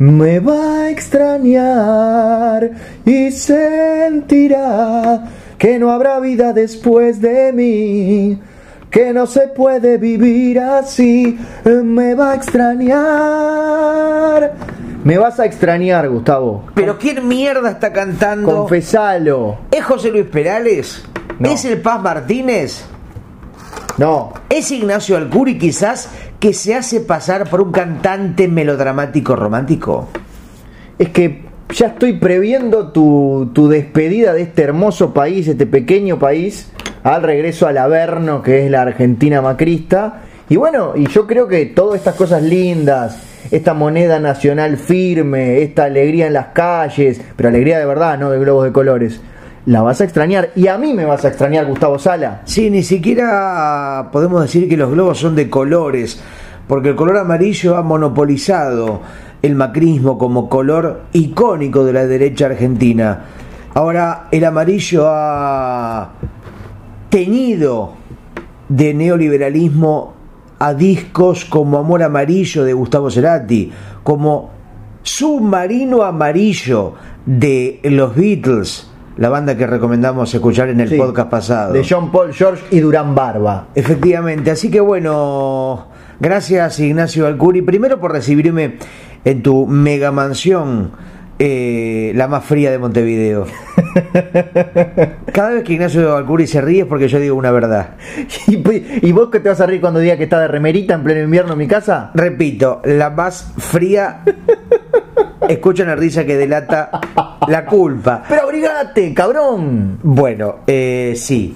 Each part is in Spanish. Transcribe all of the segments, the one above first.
me va a extrañar y sentirá que no habrá vida después de mí, que no se puede vivir así, me va a extrañar. Me vas a extrañar, Gustavo. Pero ¿quién mierda está cantando? Confesalo. ¿Es José Luis Perales? No. ¿Es el Paz Martínez? No. ¿Es Ignacio Alcuri quizás, que se hace pasar por un cantante melodramático romántico? Es que ya estoy previendo tu despedida de este hermoso país, este pequeño país, al regreso al Averno, que es la Argentina macrista. Y bueno, y yo creo que todas estas cosas lindas, esta moneda nacional firme, esta alegría en las calles, pero alegría de verdad, no de globos de colores, la vas a extrañar. Y a mí me vas a extrañar, Gustavo Sala. Sí, ni siquiera podemos decir que los globos son de colores, porque el color amarillo ha monopolizado el macrismo como color icónico de la derecha argentina. Ahora el amarillo ha teñido de neoliberalismo a discos como Amor Amarillo de Gustavo Cerati, como Submarino Amarillo de los Beatles, la banda que recomendamos escuchar en el podcast pasado, de John Paul, George y Durán Barba. Efectivamente, así que bueno, gracias Ignacio Alcuri, primero por recibirme en tu mega mansión, la más fría de Montevideo. Cada vez que Ignacio Alcuri se ríe es porque yo digo una verdad. ¿Y vos que te vas a reír cuando diga que está de remerita en pleno invierno en mi casa? Repito, la más fría. Escucha una risa que delata la culpa. ¡Pero abrigate, cabrón! Bueno, sí.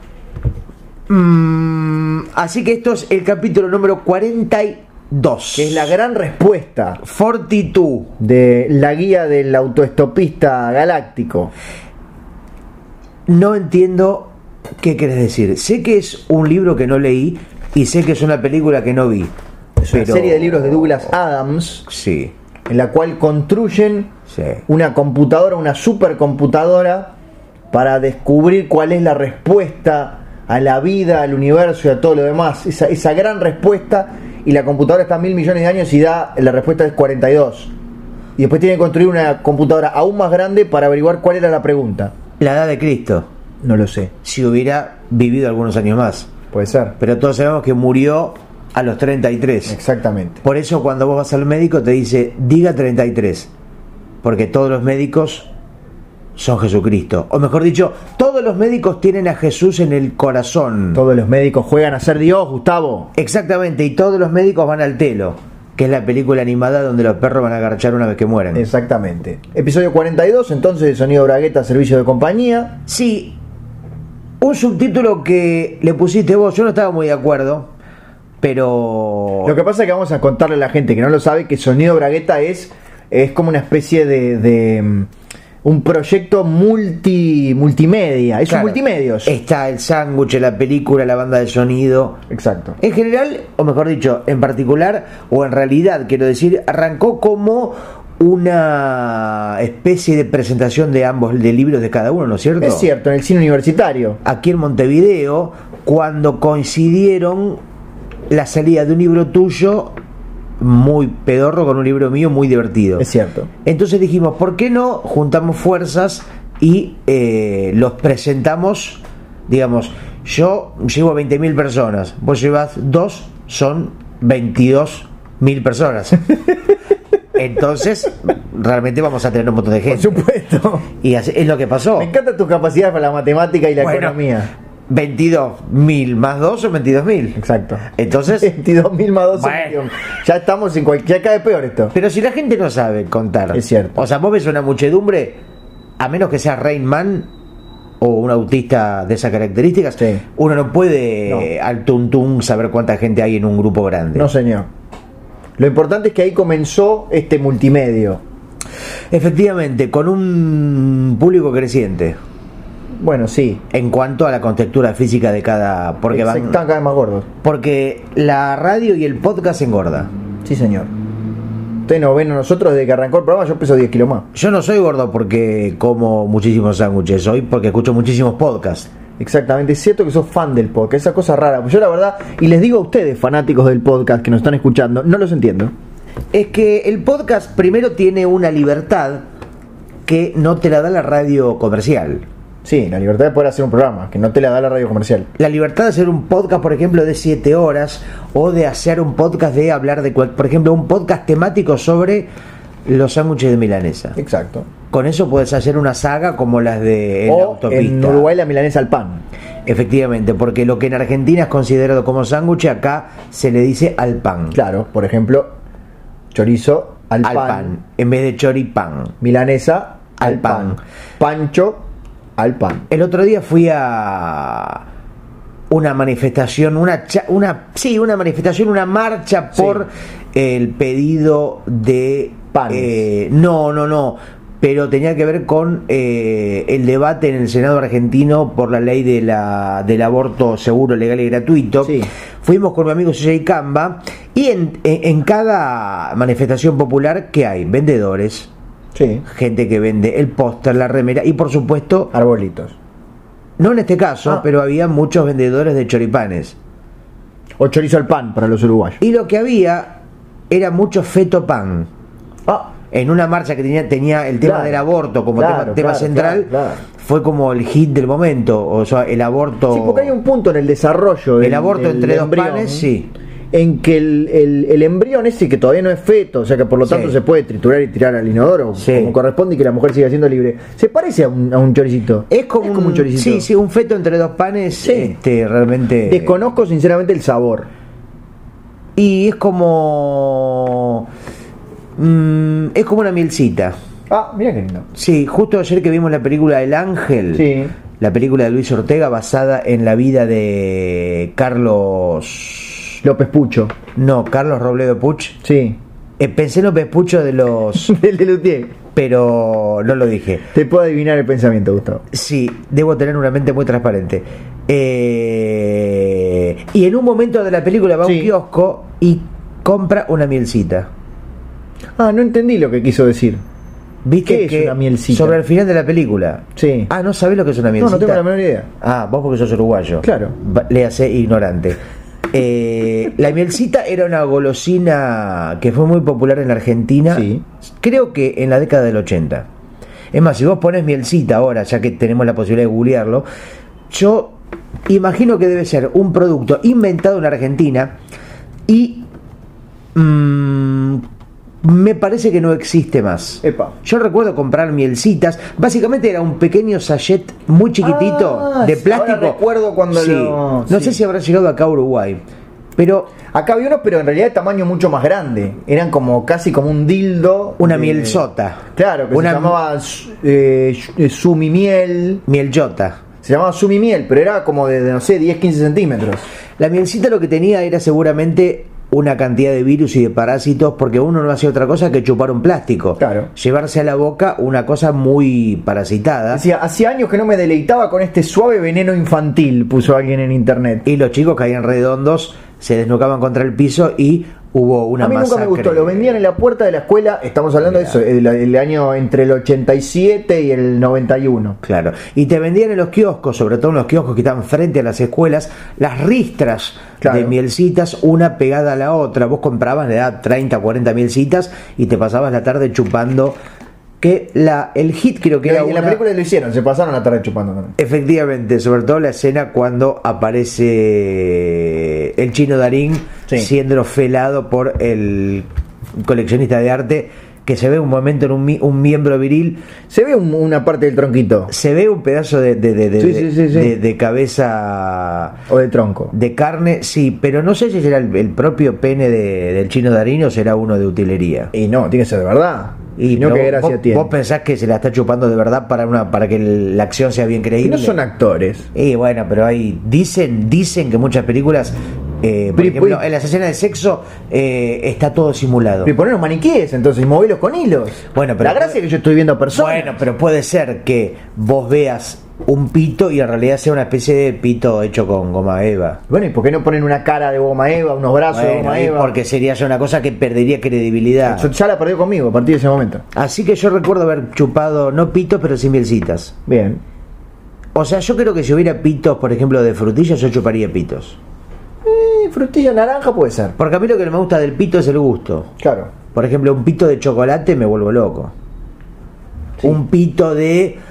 Así que esto es el capítulo número 42. Que es la gran respuesta. 42. De la guía del autoestopista galáctico. No entiendo qué querés decir. Sé que es un libro que no leí y sé que es una película que no vi. Es una serie de libros de Douglas Adams. Sí. En la cual construyen una computadora, una supercomputadora, para descubrir cuál es la respuesta a la vida, al universo y a todo lo demás. Esa gran respuesta, y la computadora está a 1.000 millones de años y la respuesta es 42. Y después tienen que construir una computadora aún más grande para averiguar cuál era la pregunta. La edad de Cristo. No lo sé. Si hubiera vivido algunos años más. Puede ser. Pero todos sabemos que murió a los 33. Exactamente. Por eso cuando vos vas al médico te dice, diga 33. Porque todos los médicos son Jesucristo. O mejor dicho, todos los médicos tienen a Jesús en el corazón. Todos los médicos juegan a ser Dios, Gustavo. Exactamente, y todos los médicos van al Telo, que es la película animada donde los perros van a garchar una vez que mueren. Exactamente. Episodio 42, entonces, de Sonido Bragueta, servicio de compañía. Sí, un subtítulo que le pusiste vos, yo no estaba muy de acuerdo, pero... Lo que pasa es que vamos a contarle a la gente que no lo sabe que Sonido Bragueta es como una especie de un proyecto multimedia. Es claro, un multimedios. Está el sándwich, la película, la banda de sonido. Exacto. En general, o mejor dicho, en particular, o en realidad, quiero decir, arrancó como una especie de presentación de ambos, de libros de cada uno, ¿no es cierto? Es cierto, en el cine universitario. Aquí en Montevideo, cuando coincidieron la salida de un libro tuyo muy pedorro con un libro mío muy divertido. Es cierto. Entonces dijimos, ¿por qué no juntamos fuerzas y los presentamos? Digamos, yo llevo 20.000 personas, vos llevas 2, son 22.000 personas. Entonces, realmente vamos a tener un montón de gente. Por supuesto. Y así es lo que pasó. Me encanta tu capacidad para la matemática y la economía. 22.000 más 2 son 22.000. Exacto. Entonces 22.000 más 2 bueno, ya estamos en ya cae peor esto. Pero si la gente no sabe contar, es cierto. O sea, vos ves una muchedumbre, a menos que sea Rain Man o un autista de esas características, sí, uno no puede al tuntún saber cuánta gente hay en un grupo grande. No, señor. Lo importante es que ahí comenzó este multimedio. Efectivamente, con un público creciente. Bueno, sí. En cuanto a la contextura física de cada... Porque están cada vez más gordos. Porque la radio y el podcast engorda. Sí, señor. Ustedes nos ven a nosotros desde que arrancó el programa, yo peso 10 kilos más. Yo no soy gordo porque como muchísimos sándwiches, soy porque escucho muchísimos podcasts. Exactamente, es cierto que sos fan del podcast, esa cosa rara. Yo la verdad, y les digo a ustedes, fanáticos del podcast que nos están escuchando, no los entiendo. Es que el podcast primero tiene una libertad que no te la da la radio comercial. Sí, la libertad de poder hacer un programa, que no te la da la radio comercial. La libertad de hacer un podcast, por ejemplo, de 7 horas, o de hacer un podcast de hablar de, por ejemplo, un podcast temático sobre los sándwiches de milanesa. Exacto. Con eso puedes hacer una saga como las de En la Autopista. En Uruguay la milanesa al pan. Efectivamente, porque lo que en Argentina es considerado como sándwich, acá se le dice al pan. Claro, por ejemplo, chorizo al pan. En vez de choripán. Milanesa al pan. Pancho al pan. El otro día fui a una manifestación, una manifestación, una marcha por el pedido de panes. No, pero tenía que ver con el debate en el Senado argentino por la ley del aborto seguro, legal y gratuito. Sí. Fuimos con mi amigo César Camba, y en cada manifestación popular, ¿qué hay? Vendedores, sí, gente que vende el póster, la remera y por supuesto arbolitos. No en este caso, pero había muchos vendedores de choripanes. O chorizo al pan para los uruguayos. Y lo que había era mucho feto pan. En una marcha que tenía el tema del aborto como tema central, fue como el hit del momento. O sea, el aborto. Sí, porque hay un punto en el desarrollo el aborto entre dos panes, sí. En que el embrión ese, que todavía no es feto, o sea que por lo tanto se puede triturar y tirar al inodoro como corresponde, y que la mujer siga siendo libre, se parece a un choricito. Es como un choricito. Sí, un feto entre dos panes. Realmente desconozco sinceramente el sabor. Y es como una mielcita. Mira qué lindo. Sí, justo ayer que vimos la película El Ángel, la película de Luis Ortega basada en la vida de Carlos López Pucho. No, Carlos Robledo Puch. Sí. Pensé en López Pucho de los del de Luthier, pero no lo dije. Te puedo adivinar el pensamiento, Gustavo. Sí, debo tener una mente muy transparente. Y en un momento de la película va a un kiosco y compra una mielcita. No entendí lo que quiso decir. ¿Viste ¿Qué es una mielcita? Sobre el final de la película. Sí. ¿No sabés lo que es una mielcita? No tengo la menor idea. Vos porque sos uruguayo. Claro. Léase ignorante. La mielcita era una golosina que fue muy popular en la Argentina, creo que en la década del 80. Es más, si vos pones mielcita ahora, ya que tenemos la posibilidad de googlearlo, yo imagino que debe ser un producto inventado en Argentina y me parece que no existe más. Yo recuerdo comprar mielcitas. Básicamente era un pequeño sachet muy chiquitito de plástico. Ahora recuerdo cuando no sé si habrá llegado acá a Uruguay, pero acá había unos, pero en realidad de tamaño mucho más grande. Eran casi como un dildo. Una mielzota. Claro, que se llamaba sumimiel. Mielyota. Se llamaba sumimiel, pero era como de no sé, 10-15 centímetros. La mielcita lo que tenía era seguramente una cantidad de virus y de parásitos, porque uno no hacía otra cosa que chupar un plástico. Claro. Llevarse a la boca una cosa muy parasitada. Decía, hacía años que no me deleitaba con este suave veneno infantil, puso alguien en internet. Y los chicos caían redondos, se desnucaban contra el piso y hubo una masacre. A mí nunca me gustó, lo vendían en la puerta de la escuela, estamos hablando de eso, el año entre el 87 y el 91. Claro, y te vendían en los kioscos, sobre todo en los kioscos que estaban frente a las escuelas, las ristras de mielcitas, una pegada a la otra. Vos comprabas, le dabas 30 o 40 mielcitas y te pasabas la tarde chupando. Que el hit creo que era en la película lo hicieron, se pasaron la tarde chupando también. Efectivamente, sobre todo la escena cuando aparece el Chino Darín siendo felado por el coleccionista de arte, que se ve un momento en un miembro viril, se ve una parte del tronquito, se ve un pedazo de cabeza o de tronco, de carne, pero no sé si será el propio pene del Chino Darín o será uno de utilería. Y no, tiene que ser de verdad. Y no, que gracia tiene. Vos pensás que se la está chupando de verdad para que la acción sea bien creíble. Y no son actores. Y bueno, pero hay dicen que muchas películas, por ejemplo, en las escenas de sexo está todo simulado. Y poner los maniquíes, entonces, y moverlos con hilos. Bueno, pero la gracia es que yo estoy viendo personas. Bueno, pero puede ser que vos veas un pito y en realidad sea una especie de pito hecho con goma eva. Bueno, ¿y por qué no ponen una cara de goma eva, unos brazos de goma eva? Porque sería ya una cosa que perdería credibilidad. Ya la perdió conmigo a partir de ese momento. Así que yo recuerdo haber chupado, no pitos, pero sin mielcitas. Bien. O sea, yo creo que si hubiera pitos, por ejemplo, de frutillas, yo chuparía pitos. Frutilla naranja puede ser. Porque a mí lo que me gusta del pito es el gusto. Claro. Por ejemplo, un pito de chocolate me vuelvo loco. Sí. Un pito de...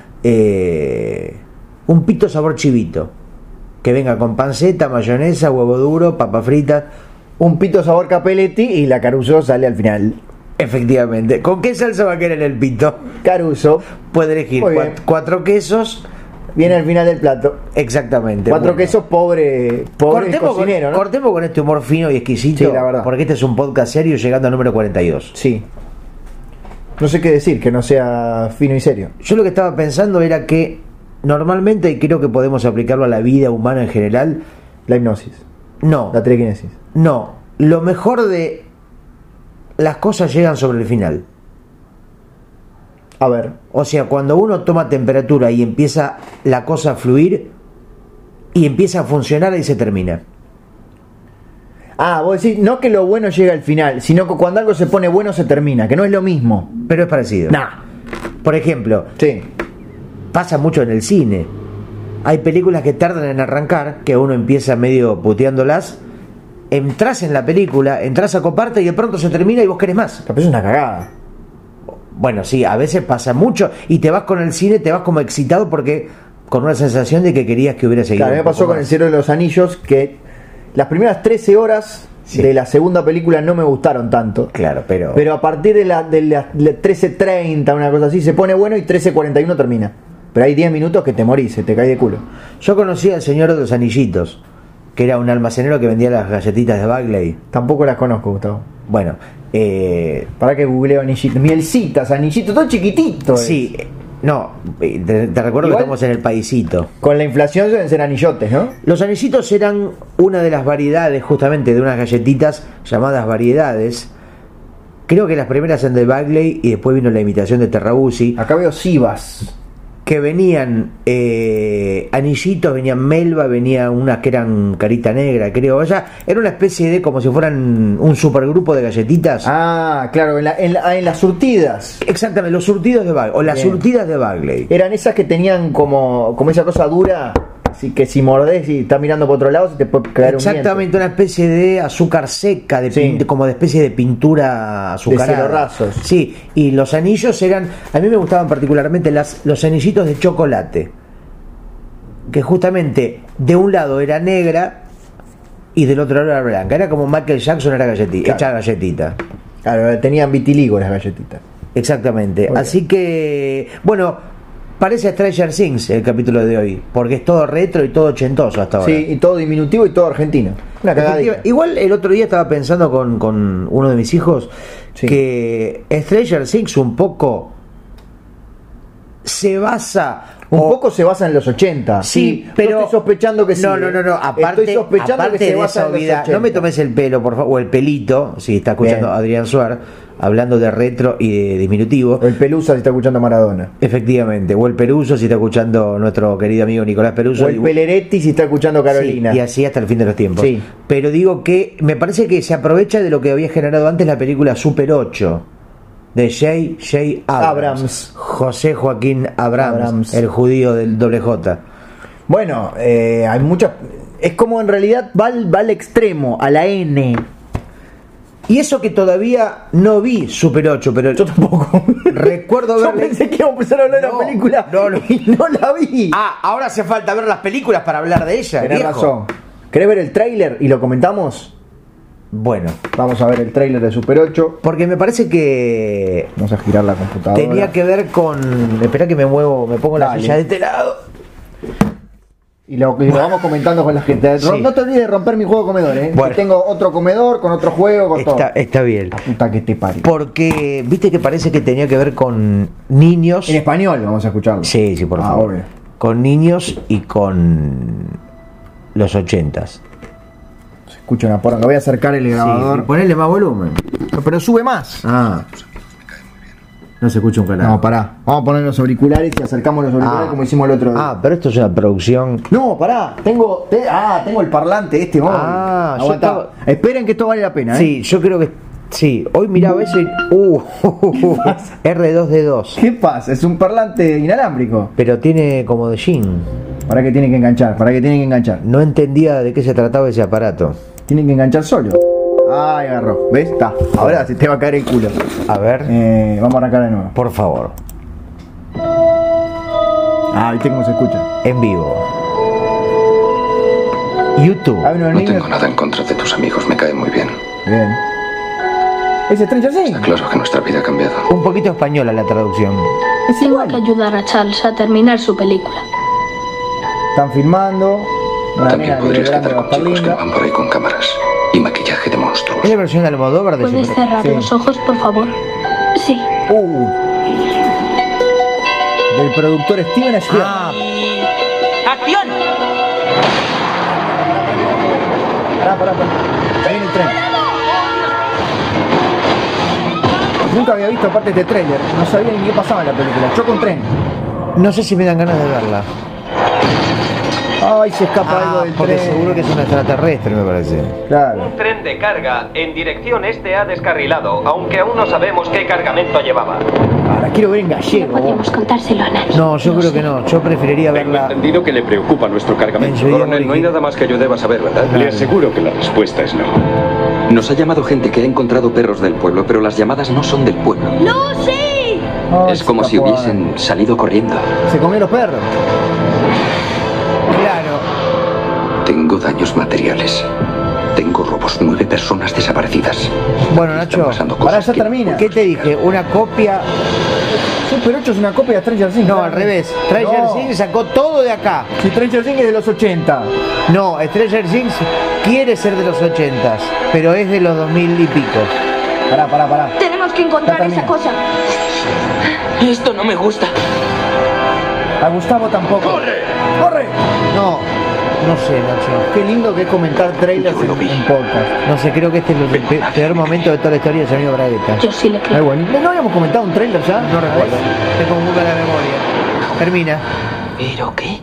un pito sabor chivito. Que venga con panceta, mayonesa, huevo duro, papas fritas. Un pito sabor Capelletti y la Caruso sale al final. Efectivamente. ¿Con qué salsa va a querer el pito? Caruso. Puede elegir Muy bien. 4 quesos. Viene al final del plato. Exactamente. 4 Bueno. quesos, pobre cocinero, ¿no? Cortemos con este humor fino y exquisito. Sí, la verdad. Porque este es un podcast serio llegando al número 42. Sí. No sé qué decir, que no sea fino y serio. Yo lo que estaba pensando era que normalmente, y creo que podemos aplicarlo a la vida humana en general, La hipnosis, no, la telequinesis. no, lo mejor de las cosas llegan sobre el final. A ver, O sea, cuando uno toma temperatura y empieza la cosa a fluir y empieza a funcionar, y se termina. vos decís, no que lo bueno llega al final, sino que cuando algo se pone bueno se termina, que no es lo mismo. Pero es parecido. Nah. Por ejemplo, Sí. pasa mucho en el cine. Hay películas que tardan en arrancar, que uno empieza medio puteándolas. Entrás en la película, entras a coparte y de pronto se termina y vos querés más. Capaz es una cagada. Bueno, sí, a veces pasa mucho y te vas con el cine, te vas como excitado porque con una sensación de que querías que hubiera seguido. Claro, me un poco pasó con más. El Cielo de los Anillos que las primeras 13 horas Sí. de la segunda película no me gustaron tanto. Claro, pero Pero a partir de la 13:30, una cosa así, se pone bueno y 13:41 termina. Pero hay 10 minutos que te morís, se te cae de culo. yo conocí al señor de los anillitos, que era un almacenero que vendía las galletitas de Bagley. Tampoco las conozco, Gustavo. Bueno, Para que googleo anillitos. Mielcitas, anillitos, todo chiquitito. sí, no, te recuerdo Igual- que estamos en el paisito. Con la inflación deben ser anillotes, ¿no? Los anillitos eran una de las variedades justamente de unas galletitas llamadas variedades. Creo que las primeras eran de Bagley y después vino la imitación de Terrabuzzi, Acá veo Sivas. que venían anillitos, venían melva, venía unas que eran carita negra, creo. O sea, era una especie de como si fueran un supergrupo de galletitas. Ah, claro, en las surtidas. Exactamente, los surtidos de Bagley, o las Bien. surtidas de Bagley. Eran esas que tenían como esa cosa dura, así que si mordés y estás mirando por otro lado se te puede caer un Exactamente, una especie de azúcar seca, Sí. como de especie de pintura azucarada. cielorrazos. Sí, y los anillos eran, a mí me gustaban particularmente los anillitos de chocolate, que justamente de un lado era negra y del otro lado era blanca. Era como Michael Jackson era galletita, Claro. hecha galletita. Claro, tenían vitiligo las galletitas. Exactamente. Muy Así que, bueno, parece Stranger Things el capítulo de hoy, porque es todo retro y todo ochentoso hasta ahora. Sí, y todo diminutivo y todo argentino. Una cagadita. Efectiva- Igual el otro día estaba pensando con uno de mis hijos Sí. que Stranger Things un poco se basa Un poco se basa en los 80. Sí, pero Yo estoy sospechando que sí. No, aparte, estoy sospechando aparte que se de basa esa en los obviedad, 80. no me tomes el pelo, por favor, o el pelito, si está escuchando Bien. Adrián Suar, hablando de retro y de diminutivo. O el Pelusa si está escuchando Maradona. Efectivamente, o el Peruso si está escuchando nuestro querido amigo Nicolás Peruso. O el Peleretti si está escuchando Carolina. Sí, y así hasta el fin de los tiempos. Sí. Pero digo que me parece que se aprovecha de lo que había generado antes la película Super 8 de J.J. Abrams. José Joaquín Abrams, el judío del doble J. Bueno, hay muchas. Es como en realidad va al extremo, a la N. Y eso que todavía no vi Super 8, pero Yo tampoco. recuerdo Yo verle... pensé que íbamos a empezar a hablar de No, la película. no, no. Y no la vi. Ahora hace falta ver las películas para hablar de ella. Tenés viejo. razón. ¿Querés ver el tráiler y lo comentamos? Bueno, Vamos a ver el tráiler de Super 8. porque me parece que Vamos a girar la computadora. tenía que ver con... Espera que me muevo, me pongo la Dale. silla de este lado. Y lo vamos comentando con la gente. Sí. No te olvides de romper mi juego comedor, ¿eh? Bueno. Que tengo otro comedor con otro juego, con todo. Está bien. La puta que te parió. Porque, viste que parece que tenía que ver con niños. En español vamos a escucharlo. Sí, por favor. Obvio. Con niños y con los 80s. Se escucha una porra. Voy a acercar el grabador. Ponele más volumen. No, pero sube más. Ah. No se escucha un canal. No, pará. Vamos a poner los auriculares y acercamos los auriculares como hicimos el otro día. Ah, pero esto es una producción. No, pará. Tengo el parlante este. Vamos. Ah, yo Aguantá. estaba- Esperen que esto vale la pena, ¿eh? Sí, yo creo que. Sí, hoy miraba eso y. R2D2. ¿Qué pasa? Es un parlante inalámbrico. Pero tiene como de jean. ¿Para qué tiene que enganchar? No entendía de qué se trataba ese aparato. Tienen que enganchar solo. Ahí agarró. ¿Ves? Está. Ahora se te va a caer el culo. A ver, Vamos a arrancar de nuevo. por favor, ¿Viste cómo se escucha? en vivo. YouTube. Hay unos No niños. tengo nada en contra de tus amigos, me caen muy bien. Bien. ¿Es Stranger Things? Claro que nuestra vida ha cambiado. Un poquito española la traducción. Es Tengo igual. que ayudar a Charles a terminar su película. Están filmando. Una También nena podrías grande quedar con bastante chicos que linda. van por ahí con cámaras y maquillaje de monstruos. ¿Es la versión de Almodóvar de ¿Puedes Super... cerrar Sí. los ojos, por favor? Sí. Del productor Steven Spielberg. Ah, ¡Acción! Pará. Ahí viene el tren. Nunca había visto aparte de este tráiler. No sabía ni qué pasaba en la película. Choca un tren. no sé si me dan ganas de verla. Ay, se escapa algo del porque tren. seguro que es un extraterrestre, me parece. Claro. Un tren de carga en dirección este ha descarrilado, aunque aún no sabemos qué cargamento llevaba. Ahora quiero ver en No gallego. podemos contárselo a nadie. No, yo Lo creo sé. que no. Yo preferiría Tengo verla entendido que le preocupa nuestro en cargamento. su idioma Coronel, no hay original. nada más que yo deba saber, ¿verdad? Le aseguro que la respuesta es no. Nos ha llamado gente que ha encontrado perros del pueblo, pero las llamadas no son del pueblo. ¡No, sí! Ay, Es como se si escapó hubiesen salido corriendo. algo. Se comió los perros. Claro. Tengo daños materiales. Tengo robos, 9 personas desaparecidas. Bueno, Están Nacho, pasando Pará, cosas ya que- termina. ¿qué te dije? Una copia. Super 8 es una copia de Stranger Things. No, al revés. Stranger No. Things sacó todo de acá. Si Stranger Things es de los 80. No, Stranger Things quiere ser de los 80s, pero es de los 2000 y pico. Pará. Tenemos que encontrar Ya esa termina. cosa. Esto no me gusta. A Gustavo tampoco. ¡Corre! No, no sé, Nacho. Qué lindo que es comentar trailers Yo lo vi. en podcast. No sé, creo que este es el peor momento de toda la historia de Sonido Bragueta. Yo sí le Ay, creo. bueno. ¿No habíamos comentado un trailer ya? No recuerdo. Tengo muy mala memoria. Termina. ¿Pero qué?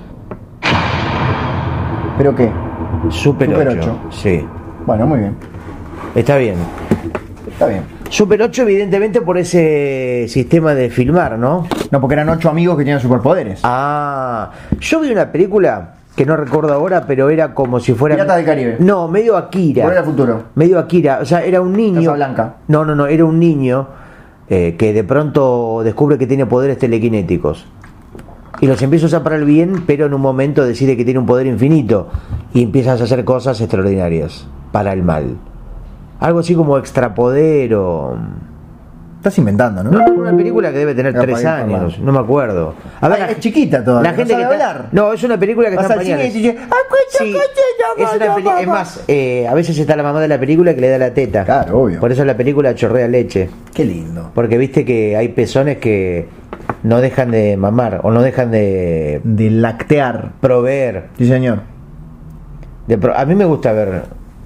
¿Pero qué? Super Super 8. 8. Sí. Bueno, muy bien. Está bien. Está bien. Super 8 evidentemente por ese sistema de filmar, ¿no? No, porque eran 8 amigos que tenían superpoderes. Ah, yo vi una película que no recuerdo ahora, pero era como si fuera... Piratas del Caribe. No, medio Akira. Volver al futuro. Medio Akira, o sea, era un niño... Casablanca. No, era un niño que de pronto descubre que tiene poderes telequinéticos. Y los empieza a usar para el bien, pero en un momento decide que tiene un poder infinito y empiezas a hacer cosas extraordinarias para el mal. Algo así como extrapoder o... Estás inventando, ¿no? No, una película que debe tener Era 3 para ir para años, abajo. no me acuerdo. A ver, Ah, es chiquita todavía, La gente no que sabe está... hablar. No, es una película que Vas está en al cine y pañales. dices, Sí, es más, a veces está la mamá de la película que le da la teta. Claro, obvio. Por eso la película chorrea leche. Qué lindo. Porque viste que hay pezones que no dejan de mamar o no dejan de De lactear. proveer. Sí, señor. A mí me gusta ver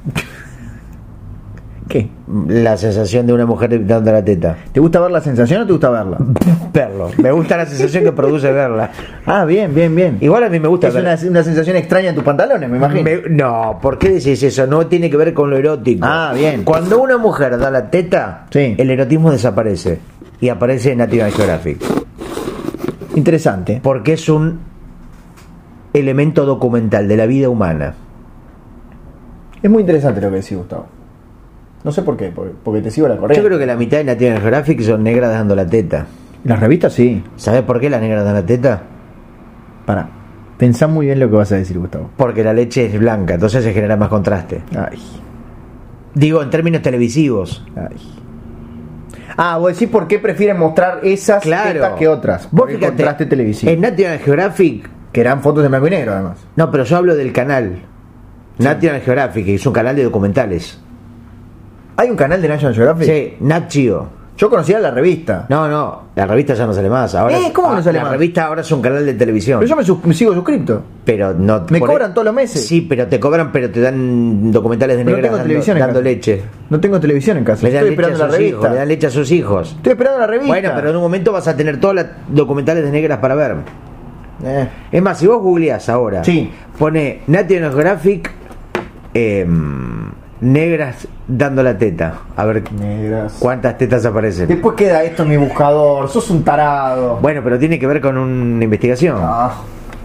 ¿Qué? la sensación de una mujer dando la teta. ¿Te gusta ver la sensación o te gusta verla? Verlo. Me gusta la sensación que produce verla. Ah, bien. Igual a mí me gusta Es ver. una sensación extraña en tus pantalones, me imagino. No, ¿por qué decís eso? No tiene que ver con lo erótico. Ah, bien. Cuando una mujer da la teta, Sí. el erotismo desaparece y aparece en National Geographic. Interesante. Porque es un elemento documental de la vida humana. Es muy interesante lo que decís, Gustavo. No sé por qué, porque te sigo la corriente. Yo creo que la mitad de National Geographic son negras dando la teta. Las revistas sí. ¿Sabes por qué las negras dan la teta? Pará. Pensá muy bien lo que vas a decir, Gustavo. Porque la leche es blanca, entonces se genera más contraste. Ay. Digo, en términos televisivos. Ay. Ah, vos decís por qué prefieren mostrar esas tetas que otras. Vos Por el fíjate, contraste televisivo. en National Geographic, Que eran fotos de blanco y negro, además. no, pero yo hablo del canal National Geographic, que es un canal de documentales. ¿Hay un canal de National Geographic? Sí, Nat Geo. Yo conocía la revista. No, la revista ya no sale más. Ahora ¿Cómo que no sale la más? revista ahora es un canal de televisión. Pero yo me sigo suscripto. Pero no Me cobran todos los meses. Sí, pero te cobran, pero te dan documentales de No negras tengo dando, televisión en dando casa. leche. No tengo televisión en casa. Le dan Estoy leche a esperando la sus revista. hijos, le dan leche a sus hijos. Estoy esperando la revista. Bueno, pero en un momento vas a tener todas las documentales de negras para ver. Es más, si vos googleás ahora, Sí. pone National Geographic negras dando la teta. A ver Negras. cuántas tetas aparecen. Después queda esto en mi buscador. Sos un tarado. Bueno, pero tiene que ver con una investigación. Ah.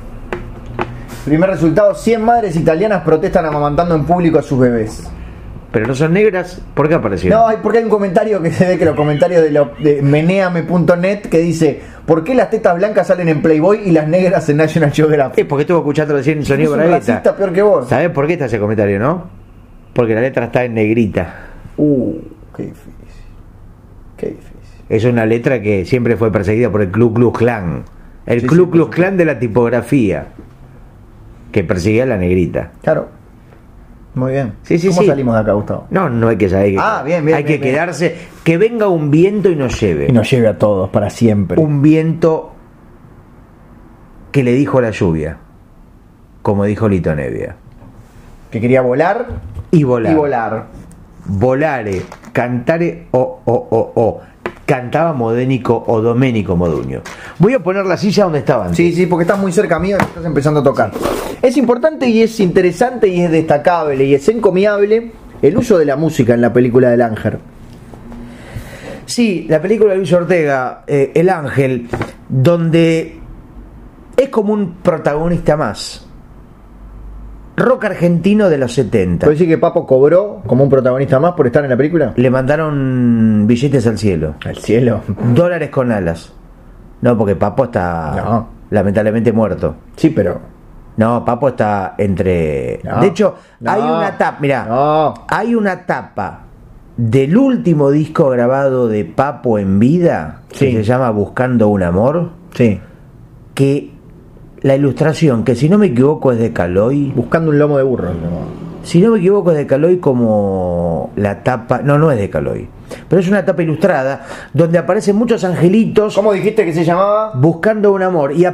Primer resultado: 100 madres italianas protestan amamantando en público a sus bebés. pero no son negras, ¿por qué aparecieron? No, porque hay un comentario que se ve que los comentarios de meneame.net que dice: ¿por qué las tetas blancas salen en Playboy y las negras en National Geographic? Es porque estuvo escuchando recién el sonido Es un Bragueta. racista peor que vos. ¿Sabés por qué está ese comentario, no? Porque la letra está en negrita. Qué difícil. Qué difícil. Es una letra que siempre fue perseguida por el Ku Klux Klan. El Sí, Ku sí, Klux Klan de la tipografía, que perseguía a la negrita. Claro. Muy bien. Sí, sí, ¿Cómo sí. salimos de acá, Gustavo? No hay que saber. Bien. Hay que quedarse. Que venga un viento y nos lleve. Y nos lleve a todos para siempre. Un viento que le dijo a la lluvia, como dijo Lito Nevia. Que quería volar Y volar. y volar. Volare, cantare o. Cantaba Modénico o Doménico Moduño. Voy a poner la silla donde estaba antes. Sí, porque estás muy cerca mío y estás empezando a tocar. Es importante y es interesante y es destacable y es encomiable el uso de la música en la película del Ángel. Sí, la película de Luis Ortega, El Ángel, donde es como un protagonista más. Rock argentino de los 70. ¿Puedes decir que Papo cobró como un protagonista más por estar en la película? Le mandaron billetes al cielo. Al cielo. Dólares con alas. No, porque Papo está lamentablemente muerto. Sí, pero... No, Papo está entre... No, de hecho, no, hay una tapa, mirá, no. hay una tapa del último disco grabado de Papo en vida, que Sí. se llama Buscando un Amor, Sí. que la ilustración, que si no me equivoco es de Caloi, Buscando un lomo de burro. si no me equivoco es de Caloi como la tapa, no es de Caloi, pero es una tapa ilustrada donde aparecen muchos angelitos ¿Cómo dijiste que se llamaba? buscando un amor y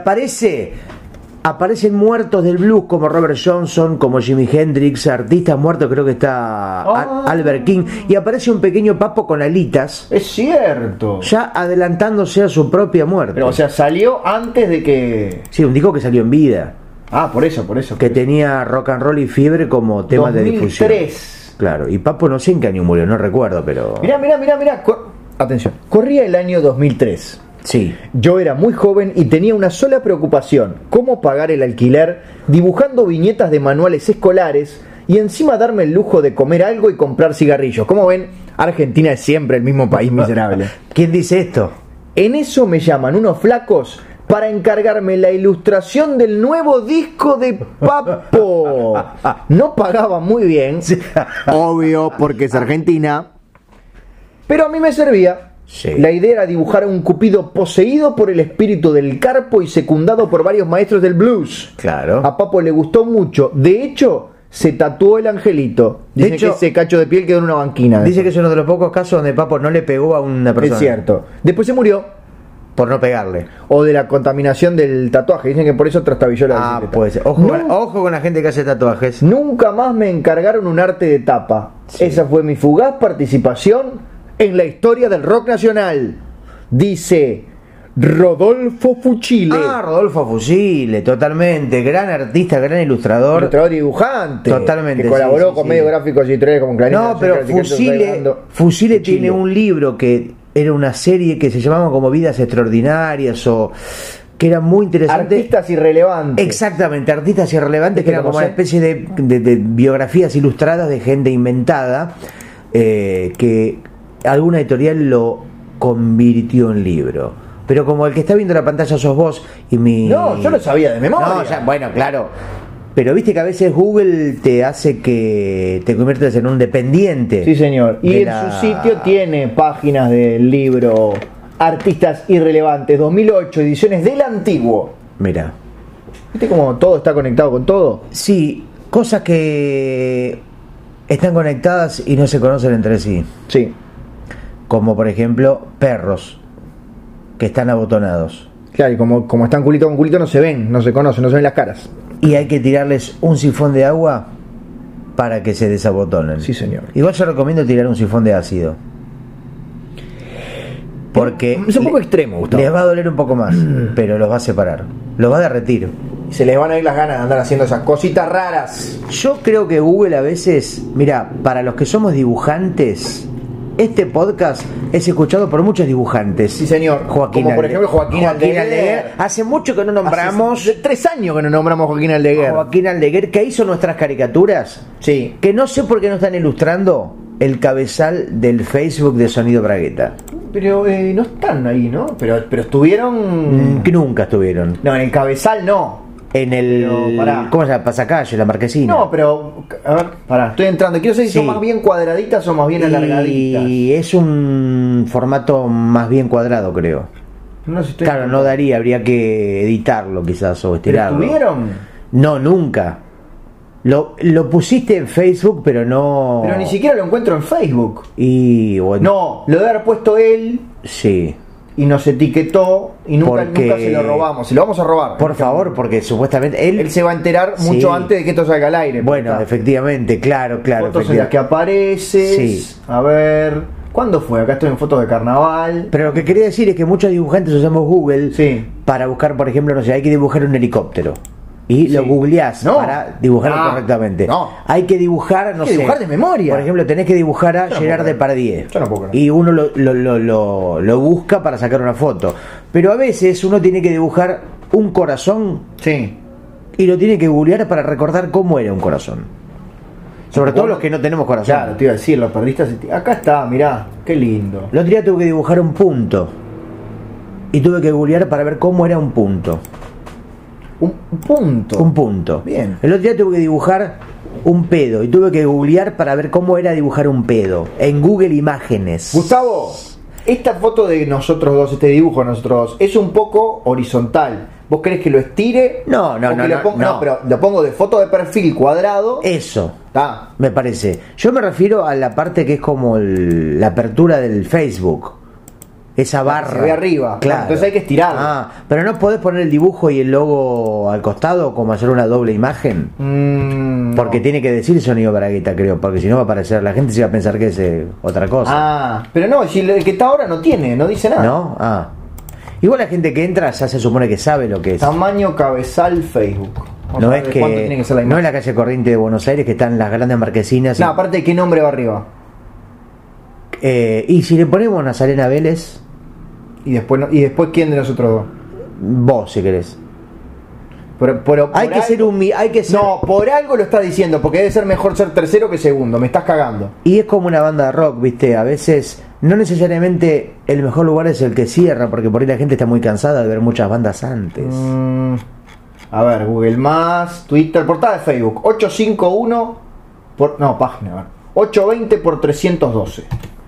aparecen muertos del blues como Robert Johnson, como Jimi Hendrix, artistas muertos, creo que está Albert King, y aparece un pequeño Papo con alitas Es cierto. ya adelantándose a su propia muerte. Pero, o sea, salió antes de que... Sí, un disco que salió en vida, por eso. que tenía rock and roll y fiebre como temas de difusión. 2003. Claro, y Papo no sé en qué año murió, no recuerdo, pero... Mirá. Atención. Corría el año 2003. Sí. Yo era muy joven y tenía una sola preocupación: cómo pagar el alquiler, dibujando viñetas de manuales escolares y encima darme el lujo de comer algo y comprar cigarrillos. Como ven, Argentina es siempre el mismo país miserable. ¿Quién dice esto? En eso me llaman unos flacos para encargarme la ilustración del nuevo disco de Papo. No pagaba muy bien, obvio, porque es Argentina, pero a mí me servía. Sí. La idea era dibujar a un cupido poseído por el espíritu del carpo y secundado por varios maestros del blues. Claro. A Papo le gustó mucho. De hecho, se tatuó el angelito. Dice De hecho, que ese cacho de piel quedó en una banquina. Dice que es uno de los pocos casos donde Papo no le pegó a una persona. es cierto. Después se murió. Por no pegarle. O de la contaminación del tatuaje. Dicen que por eso trastabilló la bicicleta. Puede ser. Ojo con la gente que hace tatuajes. Nunca más me encargaron un arte de tapa. Sí. Esa fue mi fugaz participación en la historia del rock nacional. Dice Rodolfo Fuchile. Rodolfo Fusile, totalmente. Gran artista, gran ilustrador. Ilustrador y dibujante. Totalmente, Que sí, colaboró sí, con sí. medios gráficos y editoriales como Clarín. No, pero Fusile tiene un libro que era una serie que se llamaba como Vidas Extraordinarias o que era muy interesante. Artistas irrelevantes. Exactamente, artistas irrelevantes, que era como una especie de biografías ilustradas de gente inventada, que alguna editorial lo convirtió en libro. Pero como el que está viendo la pantalla sos vos y mi... No, yo lo sabía de memoria. No, bueno, claro. Pero viste que a veces Google te hace que te conviertas en un dependiente. Sí, señor. Y en su sitio tiene páginas del libro Artistas Irrelevantes 2008, ediciones del antiguo. Mira. ¿Viste cómo todo está conectado con todo? Sí, cosas que están conectadas y no se conocen entre sí. Sí. Como por ejemplo perros que están abotonados. Claro, y como están culito con culito no se ven, no se conocen, no se ven las caras. Y hay que tirarles un sifón de agua para que se desabotonen. Sí, señor. Igual yo recomiendo tirar un sifón de ácido. Porque es un poco extremo, Gustavo. Les va a doler un poco más, pero los va a separar. Los va a derretir. Se les van a ir las ganas de andar haciendo esas cositas raras. Yo creo que Google a veces, mira, para los que somos dibujantes, este podcast es escuchado por muchos dibujantes. Sí, señor. Joaquín Como por Aldeguer. ejemplo Joaquín Aldeguer. Hace mucho que no nombramos Hace 3 años que no nombramos a Joaquín Aldeguer. Joaquín Aldeguer, que hizo nuestras caricaturas. Sí. Que no sé por qué no están ilustrando el cabezal del Facebook de Sonido Bragueta. Pero no están ahí, ¿no? Pero estuvieron... Que nunca estuvieron. No, en el cabezal no. En el... Pero, pará. ¿Cómo se llama? Pasacalle, la marquesina. No, pero... A ver, pará, estoy entrando. Quiero saber si Sí. son más bien cuadraditas o más bien alargaditas. Y es un formato más bien cuadrado, creo. No sé si estoy... Claro, no daría, habría que editarlo quizás o ¿Pero estirarlo. estuvieron? No, nunca. Lo pusiste en Facebook, pero no... Pero ni siquiera lo encuentro en Facebook. Y bueno, No, lo debe haber puesto él sí. y nos etiquetó y nunca se lo robamos. Se lo vamos a robar. Por favor, porque supuestamente Él se va a enterar Sí. mucho antes de que esto salga al aire. Bueno, Está. efectivamente, claro. Fotos en las que efectivamente. apareces. Sí. A ver. ¿Cuándo fue? Acá estoy en fotos de carnaval. Pero lo que quería decir es que muchos dibujantes usamos Google Sí. para buscar, por ejemplo, no sé, hay que dibujar un helicóptero. Y lo Sí. googleás No. para dibujarlo Ah, correctamente. no. Hay que dibujar, no Hay que sé. dibujar de memoria. Por ejemplo, tenés que dibujar a Yo no Gerard puedo creer. Depardieu. Yo no puedo creer. Y uno lo busca para sacar una foto. Pero a veces uno tiene que dibujar un corazón Sí. y lo tiene que googlear para recordar cómo era un corazón. Sobre todo Bueno, los que no tenemos corazón. Claro, te iba a decir, los periodistas. Acá está, mirá, qué lindo. El otro día tuve que dibujar un punto. Y tuve que googlear para ver cómo era un punto. Un punto. Un punto. Bien. El otro día tuve que dibujar un pedo. Y tuve que googlear para ver cómo era dibujar un pedo. En Google Imágenes. Gustavo, esta foto de nosotros dos, este dibujo de nosotros dos, es un poco horizontal. ¿Vos querés que lo estire? No, ¿O que lo no, ponga- no. pero lo pongo de foto de perfil cuadrado. Eso. Está. Me parece. Yo me refiero a la parte que es como la apertura del Facebook. Esa barra. se ve arriba. Claro. Entonces hay que estirarlo. Ah, pero no podés poner el dibujo y el logo al costado como hacer una doble imagen. Porque No. tiene que decir Sonido Bragueta, creo. Porque si no va a aparecer, la gente se va a pensar que es otra cosa. Ah, pero no, si el que está ahora no tiene, no dice nada. ¿No? Ah. Igual la gente que entra ya se supone que sabe lo que es. Tamaño cabezal Facebook. Vamos No a es ver cuánto tiene que ser la no es imagen. la calle Corriente de Buenos Aires que están las grandes marquesinas. No, aparte de qué nombre va arriba. Y si le ponemos Nazarena Vélez, Y después, y después quién de nosotros dos. vos si querés. Pero Hay por que algo- ser hay que ser. No, por algo lo estás diciendo, porque debe ser mejor ser tercero que segundo. Me estás cagando. Y es como una banda de rock, ¿viste? A veces no necesariamente el mejor lugar es el que cierra, porque por ahí la gente está muy cansada de ver muchas bandas antes. A ver, Google Más, Twitter, portada de Facebook, 851 por... No, página, a ver. 820 por 312.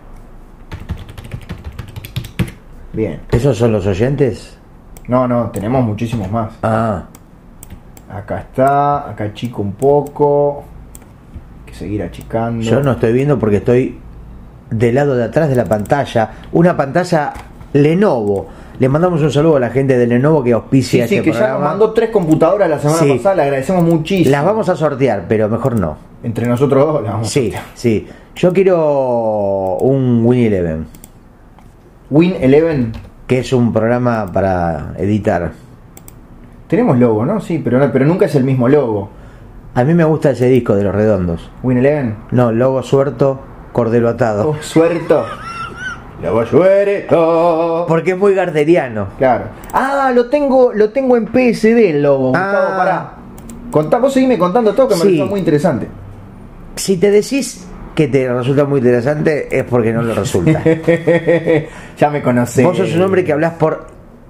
Bien. ¿Esos son los oyentes? No, tenemos muchísimos más. Ah, Acá está, acá chico un poco. Hay que seguir achicando. yo no estoy viendo porque estoy del lado de atrás de la pantalla. Una pantalla Lenovo. Le mandamos un saludo a la gente de Lenovo que auspicia Sí, este que ya nos programa. mandó 3 computadoras la semana Sí. pasada, le agradecemos muchísimo. Las vamos a sortear, pero mejor no. Entre nosotros dos las vamos a Sí, sortear. sí. Yo quiero un Win Eleven, Win Eleven. que es un programa para editar. Tenemos logo, ¿no? Sí, pero nunca es el mismo logo. A mí me gusta ese disco de los redondos. Win Eleven. No, logo suelto, cordero atado. Oh, suerto. Logo suerto. Porque es muy garderiano. Claro. Ah, lo tengo en PSD el logo. Gustavo, Ah. pará. Vos seguime contando todo que me Sí. resulta muy interesante. Si te decís que te resulta muy interesante, es porque no lo resulta. Ya me conocés. Vos sos un hombre que hablas por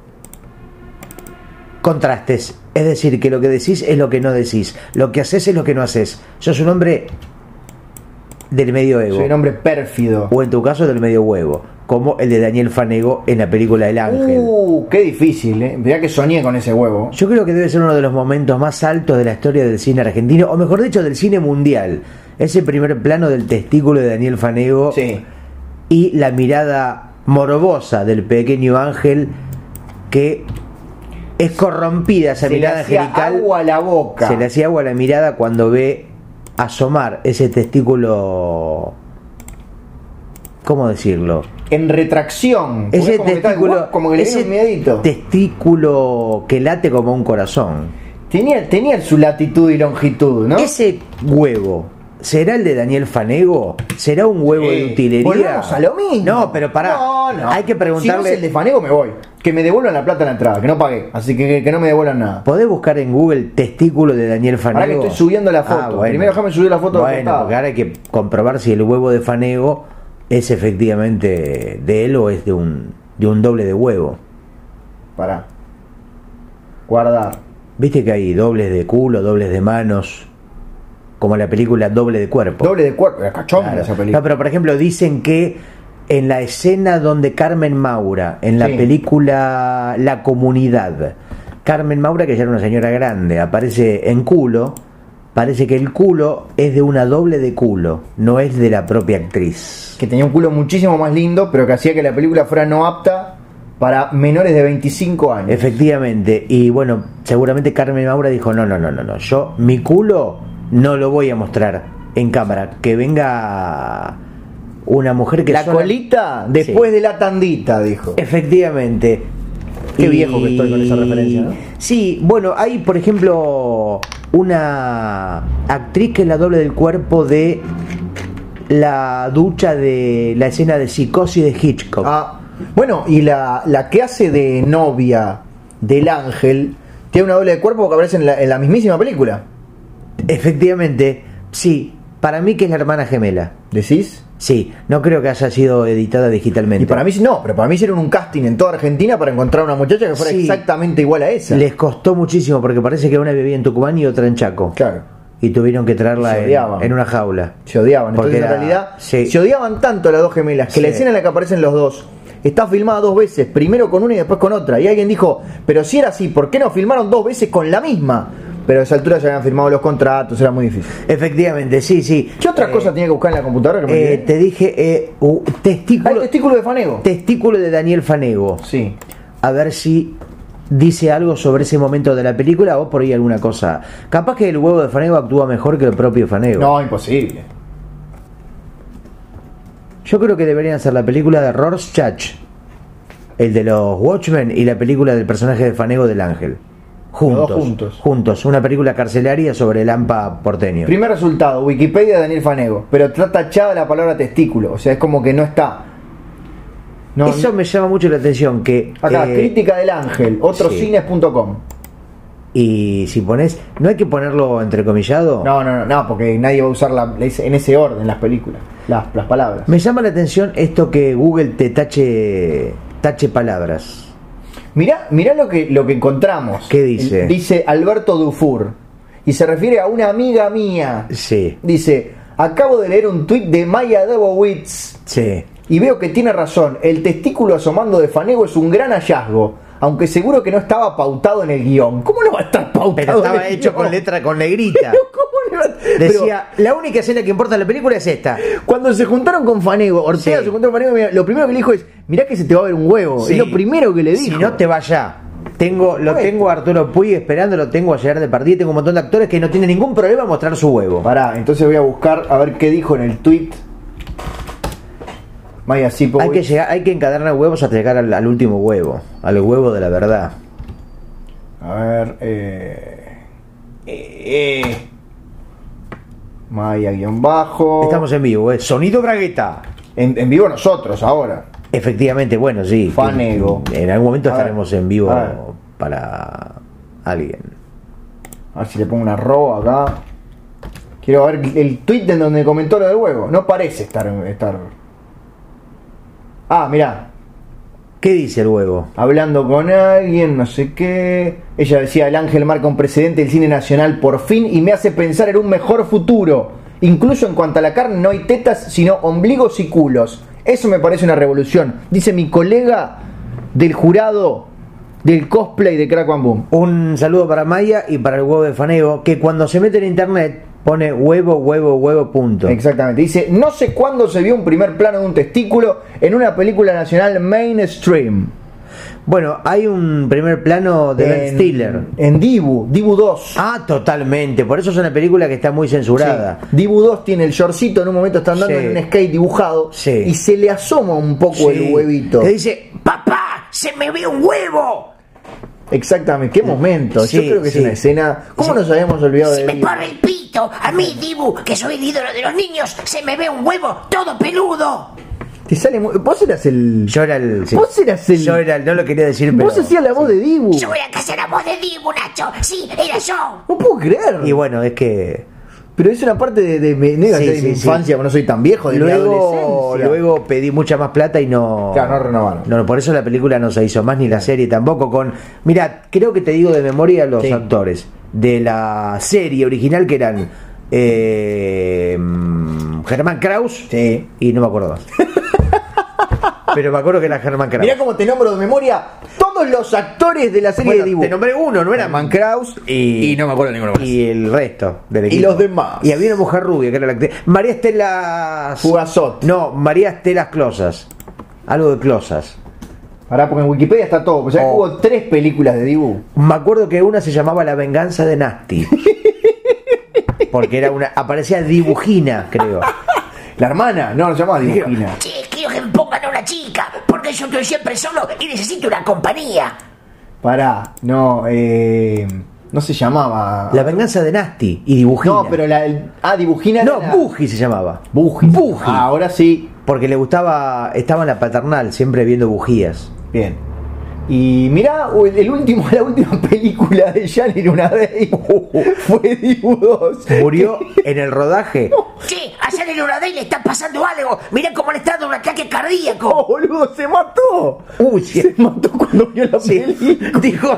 contrastes. Es decir, que lo que decís es lo que no decís. Lo que haces es lo que no haces. Sos un hombre del medioevo. Soy un hombre pérfido. O en tu caso del medio huevo. Como el de Daniel Fanego en la película El Ángel. Qué difícil, Mirá que soñé con ese huevo. Yo creo que debe ser uno de los momentos más altos de la historia del cine argentino, o mejor dicho, del cine mundial. Ese primer plano del testículo de Daniel Fanego Sí. y la mirada morbosa del pequeño Ángel, que es corrompida esa Se le mirada hacía angelical. agua a la boca. Se le hacía agua a la mirada cuando ve asomar ese testículo. ¿Cómo decirlo? En retracción. Porque Ese es como que está testículo, igual, como que le viene ese un miedito. testículo que late como un corazón. Tenía su latitud y longitud, ¿no? Ese huevo ¿será el de Daniel Fanego? ¿Será un huevo de utilería? Volvemos a lo mismo. No, pero pará. No. Hay que preguntarle. Si no es el de Fanego, me voy. Que me devuelvan la plata en la entrada, que no pagué. Así que no me devuelvan nada. ¿Podés buscar en Google testículo de Daniel Fanego? Ahora que estoy subiendo la foto. Bueno. Primero déjame subir la foto. Bueno, porque ahora hay que comprobar si el huevo de Fanego es efectivamente de él o es de un doble de huevo. Pará. Guardar. Viste que hay dobles de culo, dobles de manos, como la película Doble de Cuerpo. Doble de cuerpo, era cachón Claro. esa película. No, pero por ejemplo dicen que en la escena donde Carmen Maura, en la Sí. película La Comunidad, Carmen Maura, que ya era una señora grande, aparece en culo, parece que el culo es de una doble de culo, no es de la propia actriz. Que tenía un culo muchísimo más lindo, pero que hacía que la película fuera no apta para menores de 25 años. Efectivamente, y bueno, seguramente Carmen Maura dijo, no, yo mi culo no lo voy a mostrar en cámara, que venga una mujer que La colita después de la tandita, dijo. Efectivamente. Qué viejo que estoy con esa referencia, ¿no? Sí, bueno, hay por ejemplo una actriz que es la doble del cuerpo de la ducha de la escena de Psicosis de Hitchcock. Bueno, y la que hace de novia del ángel tiene una doble de cuerpo que aparece en la mismísima película. Efectivamente, sí, para mí que es la hermana gemela. ¿Decís? Sí, no creo que haya sido editada digitalmente. Y para mí no, pero para mí hicieron un casting en toda Argentina para encontrar una muchacha que fuera Sí. exactamente igual a esa. Les costó muchísimo porque parece que una vivía en Tucumán y otra en Chaco. Claro. Y tuvieron que traerla Se odiaban. en una jaula. Se odiaban. Porque Entonces, en era- realidad, sí. se odiaban tanto las dos gemelas que Sí. la escena en la que aparecen los dos está filmada dos veces, primero con una y después con otra. Y alguien dijo, pero si era así, ¿por qué no filmaron dos veces con la misma? Pero a esa altura ya habían firmado los contratos, era muy difícil. Efectivamente, sí. ¿Qué otra cosa tenía que buscar en la computadora? Que me olvidé? Te dije testículo, el testículo de Fanego. testículo de Daniel Fanego. Sí. A ver si dice algo sobre ese momento de la película o por ahí alguna cosa. Capaz que el huevo de Fanego actúa mejor que el propio Fanego. No, imposible. Yo creo que deberían hacer la película de Rorschach, el de los Watchmen, y la película del personaje de Fanego del Ángel. Los dos juntos. Una película carcelaria sobre el AMPA porteño. Primer resultado, Wikipedia de Daniel Fanego, pero está tachada la palabra testículo, o sea, es como que no está. No, Eso me llama mucho la atención, que acá, crítica del ángel, otrocines.com. y si pones, no hay que ponerlo entrecomillado. No, porque nadie va a usar en ese orden las películas, las palabras. Me llama la atención esto que Google te tache palabras. Mirá lo que encontramos. ¿Qué dice? Dice Alberto Dufour, y se refiere a una amiga mía. Sí, Dice, acabo de leer un tuit de Maya Debowitz sí. y veo que tiene razón, el testículo asomando de Fanego es un gran hallazgo, aunque seguro que no estaba pautado en el guión. ¿Cómo no va a estar pautado? Pero estaba en el hecho guión? con letra con negrita. Pero ¿cómo le va a- Decía, la única escena que importa en la película es esta. Pero cuando se juntaron con Fanego, Ortega Sí. se juntó con Fanego, mira, lo primero que le dijo es, mirá que se te va a ver un huevo. Sí. Es lo primero que le dijo. Si no te vaya. Tengo a Arturo Puig esperando, lo tengo a llegar de partida, tengo un montón de actores que no tienen ningún problema en mostrar su huevo. Pará, entonces voy a buscar a ver qué dijo en el tweet Maya Sipowicz. Hay que encadenar huevos hasta llegar al último huevo, al huevo de la verdad. A ver, Maya-bajo. Estamos en vivo, Sonido Bragueta. En vivo nosotros ahora. Efectivamente, bueno, sí. Fanego. En algún momento A ver, estaremos en vivo a ver. para alguien. A ver si le pongo una arroba acá. Quiero ver el tweet en donde comentó lo del huevo. No parece estar. Ah, mirá. ¿Qué dice el huevo? Hablando con alguien, no sé qué. Ella decía, el ángel marca un precedente del cine nacional por fin y me hace pensar en un mejor futuro. Incluso en cuanto a la carne no hay tetas, sino ombligos y culos. Eso me parece una revolución. Dice mi colega del jurado del cosplay de Crack One Boom. Un saludo para Maya y para el huevo de Fanego, que cuando se mete en internet pone huevo, punto. Exactamente. Dice, no sé cuándo se vio un primer plano de un testículo en una película nacional mainstream. Bueno, hay un primer plano de Ben Stiller. En Dibu 2. Ah, totalmente. Por eso es una película que está muy censurada. Sí. Dibu 2 tiene el shortcito, en un momento está andando Sí. en un skate dibujado, Sí. y se le asoma un poco Sí. el huevito. Que dice, papá, se me ve un huevo. Exactamente, qué momento. Sí, yo creo que sí. es una escena. ¿Cómo nos habíamos olvidado Se de me Dibu? corre el pito. A mí, Dibu, que soy el ídolo de los niños, se me ve un huevo todo peludo. Te sale muy... Vos eras el. Yo era el. sí. Vos eras el. Yo era el. No lo quería decir, pero. Vos hacías la voz de Dibu. Yo era que hacer la voz de Dibu, Nacho. Sí, era yo. No puedo creer. Y bueno, es que. Pero es una parte de mi infancia, porque no soy tan viejo, de mi adolescencia. Luego pedí mucha más plata y no. Claro, no renovaron. No, por eso la película no se hizo más, ni la serie tampoco. Mira, creo que te digo de memoria los Sí. actores de la serie original que eran Germán Kraus, Sí. y no me acuerdo más. Pero me acuerdo que era Germán Kraus. Mirá cómo te nombro de memoria todos los actores de la serie Bueno, de Dibu. te nombré uno, no era Germán Kraus y no me acuerdo ninguno más. Y el resto del Y equipo. los demás. Y había una mujer rubia que era la actriz. María Estela Fugazot. No, María Estela Closas. Algo de Closas. Pará, porque en Wikipedia está todo. Pues ya Oh. hubo 3 películas de Dibu. Me acuerdo que una se llamaba La venganza de Nasty. Porque era aparecía Dibujina, creo. La hermana, no, se llamaba Dibujina. Che, quiero que me pongan a una chica, porque yo estoy siempre solo y necesito una compañía. Pará, no, no se llamaba. La venganza de Nasty y Dibujina. No, pero Dibujina. No, era la- Buji se llamaba. Buji. Buji. Ah, ahora sí. Porque le gustaba, estaba en la paternal, siempre viendo bujías. Bien. Y mirá, la última película de Gianni Lunadei fue Dibu 2. Murió en el rodaje. Che, a Gianni Lunadei le está pasando algo. Mirá cómo le está dando un ataque cardíaco. ¡Oh, boludo! ¡Se mató! Uy, Se mató cuando vio la sí. película. Dijo: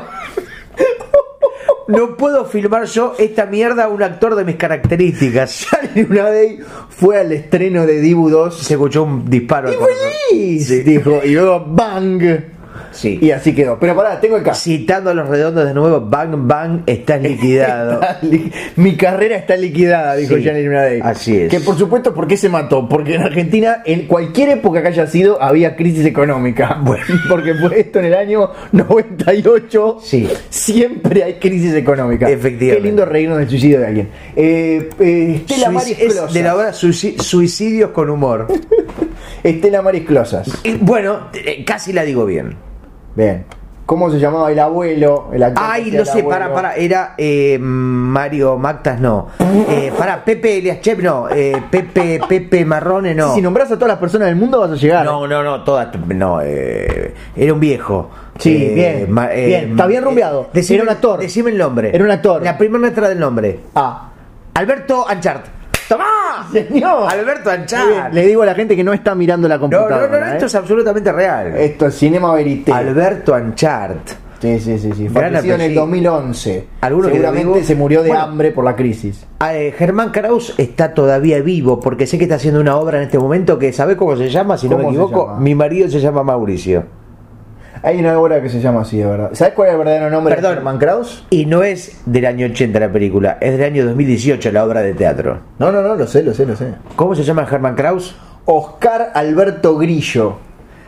no puedo filmar yo esta mierda a un actor de mis características. Gianni Lunadei fue al estreno de Dibu 2. Se escuchó un disparo. ¡Y feliz! Sí. Dijo, y luego ¡bang! Sí. Y así quedó. Pero pará, tengo el caso. Citando a Los Redondos de nuevo: bang, bang, estás liquidado. Mi carrera está liquidada, dijo Sí, Gianni Lunadei. así es. Que por supuesto, ¿por qué se mató? Porque en Argentina, en cualquier época que haya sido, había crisis económica. Bueno, porque fue esto en el año 98. Sí. Siempre hay crisis económica. Efectivamente. Qué lindo reírnos del suicidio de alguien. Estela Maris Es Closas. de la obra Suicidios con humor. Estela Maris Closas. Y, bueno, casi la digo bien. Bien. ¿Cómo se llamaba el abuelo? El actor que Ay, hacía lo el sé, abuelo? para, era Mario Mactas, no. Pepe Elias Chep, no. Pepe Marrone, no. Si nombras a todas las personas del mundo vas a llegar. No, todas, no, era un viejo. Sí, bien, bien, está bien rumbeado. Era un actor. Decime el nombre. Era un actor. La primera letra del nombre. Ah. Alberto Anchart. ¡Tomá! Señor. Alberto Muy bien. Anchart. Le digo a la gente que no está mirando la No, computadora. esto es absolutamente real. Esto es Cinema Verité. Alberto Anchart. Sí. Gran Fallecido en el apellido. 2011. Alguno que seguramente vivo. se murió de Bueno. hambre por la crisis. Germán Kraus está todavía vivo porque sé que está haciendo una obra en este momento que, ¿sabe cómo se llama? Si no me ¿Cómo se equivoco, llama? mi marido se llama Mauricio. Hay una obra que se llama así, de verdad. ¿Sabes cuál es el verdadero nombre Perdón. de Germán Kraus? Y no es del año 80 la película, es del año 2018 la obra de teatro. No, lo sé. ¿Cómo se llama Germán Kraus? Oscar Alberto Grillo.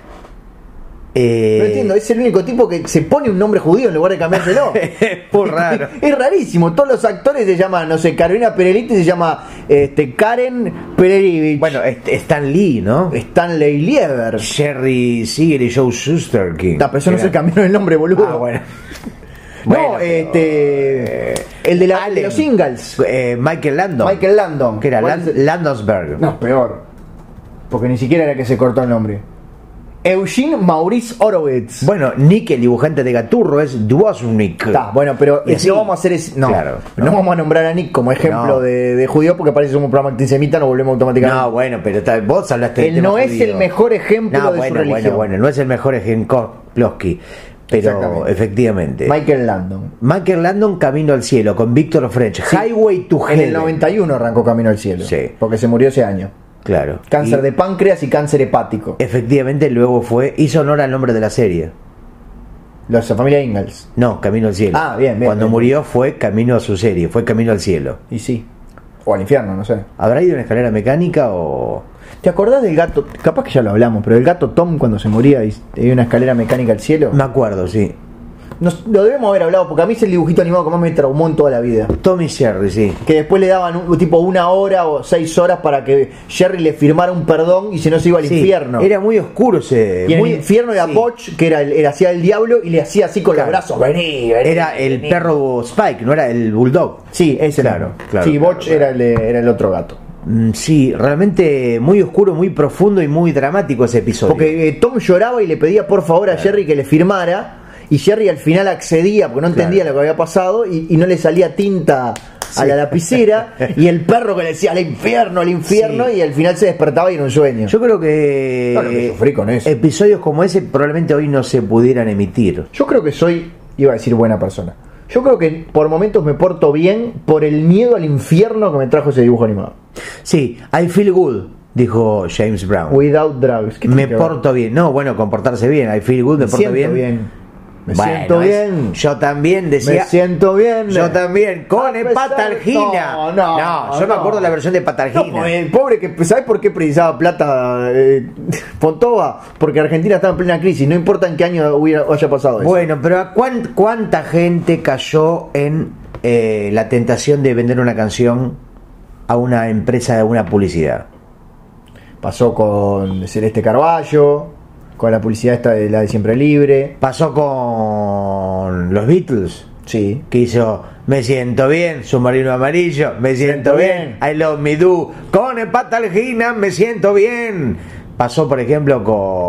No entiendo, es el único tipo que se pone un nombre judío en lugar de cambiárselo. Muy raro. Es rarísimo. Todos los actores se llaman, no sé, Carolina Perelite se llama Karen Perelivich. Bueno, Stan Lee, ¿no? Stanley Lieber. Jerry Siegel y Joe Shusterkin. Pero eso no se cambiaron el nombre, boludo. Ah, bueno. No, Bueno, pero, el de Allen. los Ingalls. Michael Landon. Michael Landon. Que era ¿Cuál es? Landonsberg. No, peor. Porque ni siquiera era que se cortó el nombre. Eugene Maurice Horowitz. Bueno, Nick, el dibujante de Gaturro, es Dwoznik. Está, bueno, pero Y así. no vamos a hacer no, Claro, no vamos a nombrar a Nick como ejemplo No. de judío porque parece que somos un programa antisemita, nos volvemos automáticamente. No, bueno, pero vos hablaste del Él tema no es judío. el mejor ejemplo No, de bueno, su religión. bueno, no es el mejor ejemplo Klosky, pero Exactamente. efectivamente. Michael Landon. Michael Landon, Camino al Cielo, con Víctor French. Sí. Highway to En Heaven. el 91 arrancó Camino al Cielo. Sí. Porque se murió ese año. Claro. Cáncer Y de páncreas y cáncer hepático. efectivamente luego hizo honor al nombre de la serie. La familia Ingalls. No, Camino al Cielo. Ah, bien. Cuando bien. murió fue Camino a su serie, fue Camino al Cielo. Y sí. O al infierno, no sé. ¿Habrá ido en escalera mecánica o...? ¿Te acordás del gato? Capaz que ya lo hablamos, pero el gato Tom cuando se moría y había una escalera mecánica al cielo. Me acuerdo, sí. lo debemos haber hablado porque a mí es el dibujito animado que más me traumó en toda la vida. Tom y Jerry, sí. Que después le daban tipo 1 hora o 6 horas para que Jerry le firmara un perdón y si no se iba al infierno. Era muy oscuro ese. Y en muy, el infierno era Butch, que era hacía el diablo y le hacía así con los brazos. Vení. Era el perro Spike, no era el bulldog. Sí, ese Claro. Sí, Butch era el otro gato. Sí, realmente muy oscuro, muy profundo y muy dramático ese episodio. Porque Tom lloraba y le pedía por favor a Jerry que le firmara. Y Jerry al final accedía porque no entendía lo que había pasado y no le salía tinta a la lapicera. Y el perro que le decía al infierno, y al final se despertaba y era un sueño. Yo creo que, Claro que sufrí con eso. episodios como ese probablemente hoy no se pudieran emitir. Yo creo que iba a decir buena persona. Yo creo que por momentos me porto bien por el miedo al infierno que me trajo ese dibujo animado. Sí, I feel good, dijo James Brown. Without drugs. ¿Qué Me tiene que ver? porto bien. No, bueno, comportarse bien. I feel good, me porto siento bien. Me Bueno, siento bien. Yo también decía. Me siento bien. Yo también. Con A pesar- Patalgina. Yo me acuerdo de la versión de Patalgina. No, el pobre que, ¿sabes por qué precisaba plata Fontova? Porque Argentina estaba en plena crisis, no importa en qué año haya pasado eso. Bueno, pero ¿cuánta gente cayó en la tentación de vender una canción a una empresa de una publicidad? Pasó con Celeste Carballo, con la publicidad esta de la de Siempre Libre. Pasó con los Beatles, Sí. que hizo Me siento bien, Submarino Amarillo, me siento bien, I love me do, con el Patalgina, me siento bien. Pasó, por ejemplo,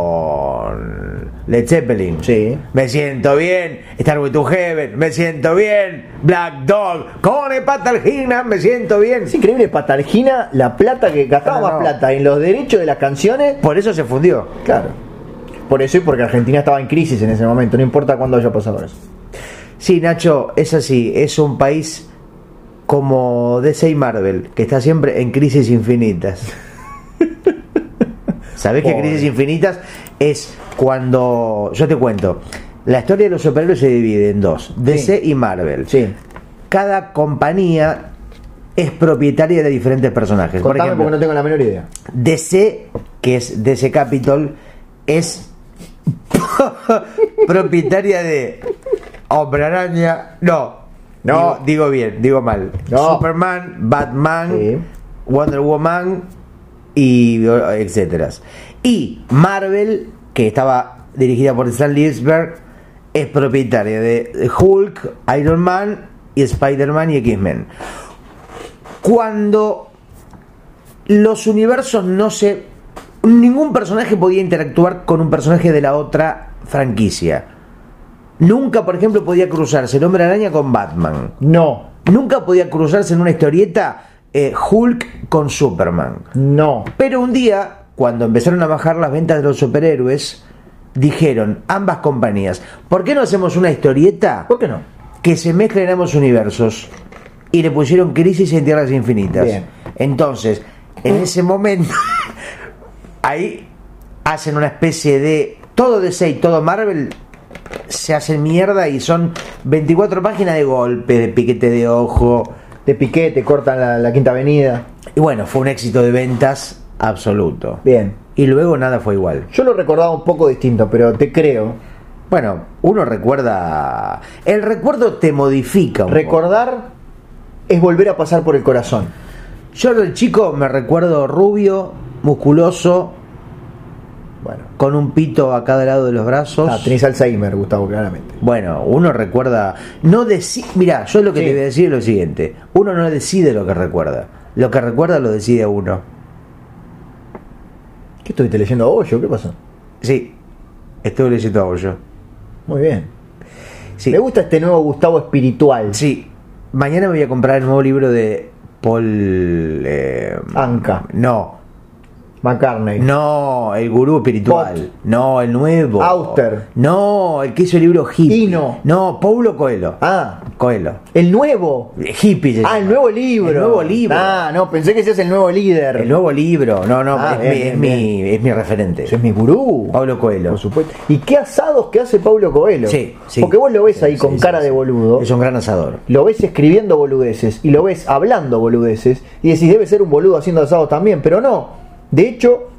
con Led Zeppelin. Sí. Me siento bien, Starway to Heaven, me siento bien, Black Dog, con el Patalgina, me siento bien. Es increíble, Patalgina, la plata que gastaba más plata en los derechos de las canciones. Por eso se fundió. Claro. Por eso y porque Argentina estaba en crisis en ese momento, no importa cuándo haya pasado eso. Sí, Nacho, es así, es un país como DC y Marvel, que está siempre en crisis infinitas. ¿Sabés qué crisis infinitas? Es cuando, yo te cuento, la historia de los superhéroes se divide en dos, DC y Marvel. Sí. Cada compañía es propietaria de diferentes personajes. Por Contame ejemplo, porque no tengo la menor idea. DC, que es DC Capital, es propietaria de Hombre Araña, digo bien, digo mal, No. Superman, Batman, Sí. Wonder Woman y etcétera. Y Marvel, que estaba dirigida por Stan Liesberg, es propietaria de Hulk, Iron Man y Spider-Man y X-Men. Cuando los universos ningún personaje podía interactuar con un personaje de la otra franquicia. Nunca, por ejemplo, podía cruzarse el Hombre Araña con Batman. No. Nunca podía cruzarse en una historieta Hulk con Superman. No. Pero un día, cuando empezaron a bajar las ventas de los superhéroes, dijeron ambas compañías, ¿por qué no hacemos una historieta ¿Por qué no? que se mezclen en ambos universos? Y le pusieron Crisis en Tierras Infinitas. Bien. Entonces, en ese momento, ahí hacen una especie de todo DC y todo Marvel se hacen mierda y son 24 páginas de golpe, de piquete de ojo, De piquete, cortan la Quinta Avenida. y bueno, fue un éxito de ventas absoluto. Bien. Y luego nada fue igual. Yo lo recordaba un poco distinto, pero te creo. Bueno, uno recuerda, el recuerdo te modifica un poco. Recordar es volver a pasar por el corazón. Yo del chico me recuerdo rubio, musculoso, Bueno. con un pito a cada lado de los brazos. Tenés Alzheimer, Gustavo, claramente. Bueno, uno recuerda, mirá, yo lo que Sí. te voy a decir es lo siguiente: uno no decide lo que recuerda, lo que recuerda lo decide uno. ¿Qué estuviste leyendo a Hoyo? ¿Qué pasó? Sí, estoy leyendo a yo. Muy bien. Sí. Me gusta este nuevo Gustavo espiritual. Sí, mañana me voy a comprar el nuevo libro de Paul Anka. McCartney. No, el gurú espiritual. Pot. No, el nuevo. Auster. No, el que hizo el libro hippie. Hino. No, Paulo Coelho. Ah, Coelho. el nuevo. Hippie. se llama. El nuevo libro. El nuevo libro. Ah, no, pensé que ese es el nuevo líder. El nuevo libro. No, Ah, es bien, es mi referente. Ese es mi gurú. Paulo Coelho. Por supuesto. ¿Y qué asados que hace Paulo Coelho? Sí, sí. Porque vos lo ves Sí, ahí sí, con sí, cara sí. de boludo. Es un gran asador. Lo ves escribiendo boludeces y lo ves hablando boludeces y decís, debe ser un boludo haciendo asados también, pero no. De hecho,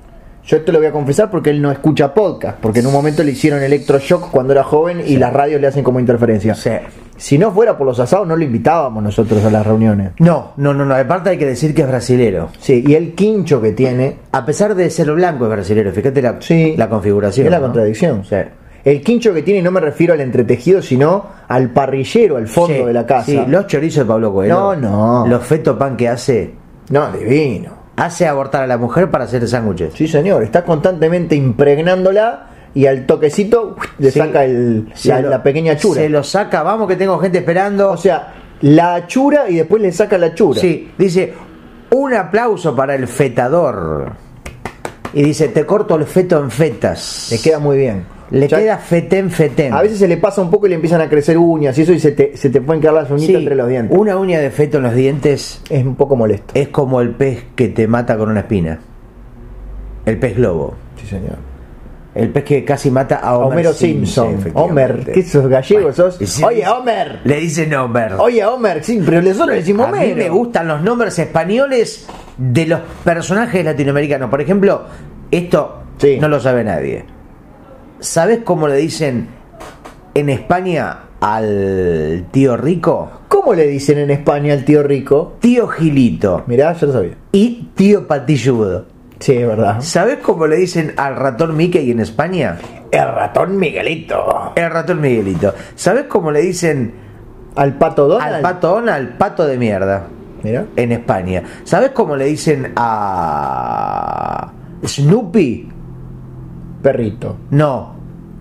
Yo esto lo voy a confesar porque él no escucha podcast, porque en un momento le hicieron electroshock cuando era joven y las radios le hacen como interferencia. Sí. Si no fuera por los asados no lo invitábamos nosotros a las reuniones. No. Aparte hay que decir que es brasilero. Sí, y el quincho que tiene, A pesar de ser blanco es brasilero. Fíjate la configuración. es la ¿no? contradicción. Sí. El quincho que tiene, y no me refiero al entretejido, sino al parrillero, al fondo Sí, de la casa. Sí, los chorizos de Pablo Coelho. No. Los feto pan que hace Divino. hace abortar a la mujer para hacer sándwiches. Sí, señor, está constantemente impregnándola y al toquecito le Sí. saca la pequeña chura. Se lo saca, vamos que tengo gente esperando. O sea, la achura y después le saca la chura. Sí, dice, un aplauso para el fetador. Y dice, te corto el feto en fetas. Le queda muy bien. Le Ya- queda fetén. A veces se le pasa un poco y le empiezan a crecer uñas y eso y se te pueden quedar las uñitas Sí, entre los dientes. una uña de feto en los dientes Es un poco molesto. es como el pez que te mata con una espina. El pez globo. Sí, señor. El pez que casi mata a Homero Simpson. efectivamente. Homer, ¿qué sos gallegos sos? Sí, Oye, Homer. Le dicen Homer. Oye, Homer, sí, pero nosotros le decimos A Homero. mí me gustan los nombres españoles de los personajes latinoamericanos. Por ejemplo, esto Sí. no lo sabe nadie. ¿Sabes cómo le dicen en España al tío rico? ¿Cómo le dicen en España al tío rico? Tío Gilito. Mirá, yo lo sabía. Y tío Patilludo. Sí, es verdad. ¿Sabes cómo le dicen al ratón Mickey en España? El ratón Miguelito. El ratón Miguelito. ¿Sabes cómo le dicen Al pato Donald. al pato Donald? Pato de mierda. Mirá. En España. ¿Sabes cómo le dicen a Snoopy? Perrito. No.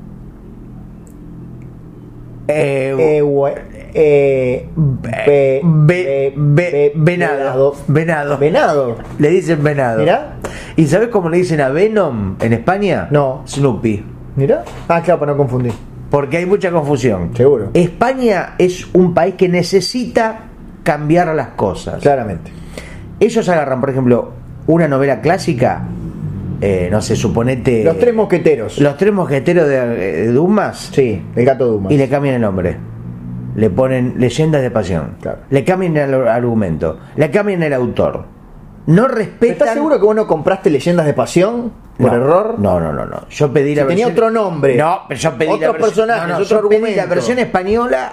Venado. Venado. Venado. Le dicen venado. Mirá. ¿Y sabes cómo le dicen a Venom en España? No. Snoopy. Mirá. Ah, claro, para no confundir. Porque hay mucha confusión. Seguro. España es un país que necesita cambiar las cosas. Claramente. Ellos agarran, por ejemplo, una novela clásica, no sé, suponete... Los tres mosqueteros. Los tres mosqueteros de Dumas. Sí, el gato Dumas. Y le cambian el nombre. Le ponen Leyendas de Pasión. Claro. Le cambian el argumento. Le cambian el autor. No respetan... ¿Estás seguro que vos no compraste Leyendas de Pasión por No, error? No. Yo pedí la Si tenía versión... otro nombre. No, pero yo pedí Otros la versión... personajes, otro yo pedí la argumento. versión española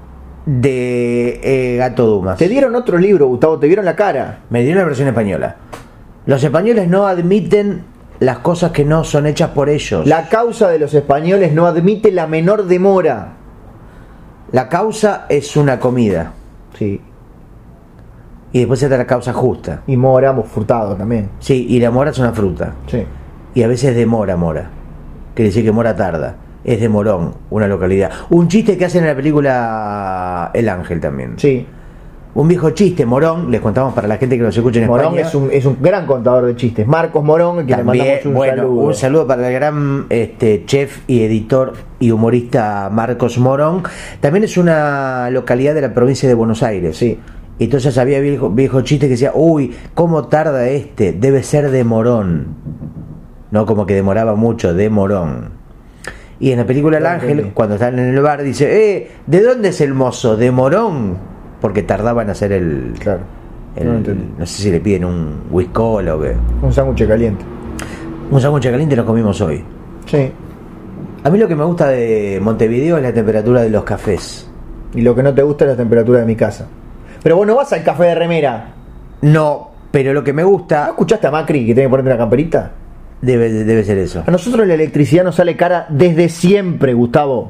de Gato Dumas. Te dieron otro libro, Gustavo, te vieron la cara. Me dieron la versión española. Los españoles no admiten las cosas que no son hechas por ellos. La causa de los españoles no admite la menor demora. La causa es una comida. Sí. Y después está la causa justa. Y mora, Furtado también. Sí, y la mora es una fruta. Sí. Y a veces demora mora. Quiere decir que mora tarda. Es de Morón, una localidad. Un chiste que hacen en la película El Ángel también. Sí. Un viejo chiste, Morón, les contamos para la gente que nos escucha en Morón España. es un gran contador de chistes. Marcos Morón, a quien le También, mandamos un bueno, saludo. un saludo para el gran chef y editor y humorista Marcos Morón. También es una localidad de la provincia de Buenos Aires. Sí. Entonces había viejo chiste que decía, uy, ¿cómo tarda este? Debe ser de Morón. No como que demoraba mucho, de Morón. Y en la película El Ángel, cuando están en el bar, dice, ¿de dónde es el mozo? ¿De Morón? Porque tardaban en hacer el... Claro. No sé si le piden un whiskol o qué. Un sándwich caliente. Un sándwich caliente lo comimos hoy. Sí. A mí lo que me gusta de Montevideo es la temperatura de los cafés. Y lo que no te gusta es la temperatura de mi casa. Pero vos no vas al café de remera. No, pero lo que me ¿No gusta escuchaste a Macri que tiene que ponerte una camperita? debe ser eso. A nosotros la electricidad nos sale cara desde siempre, Gustavo.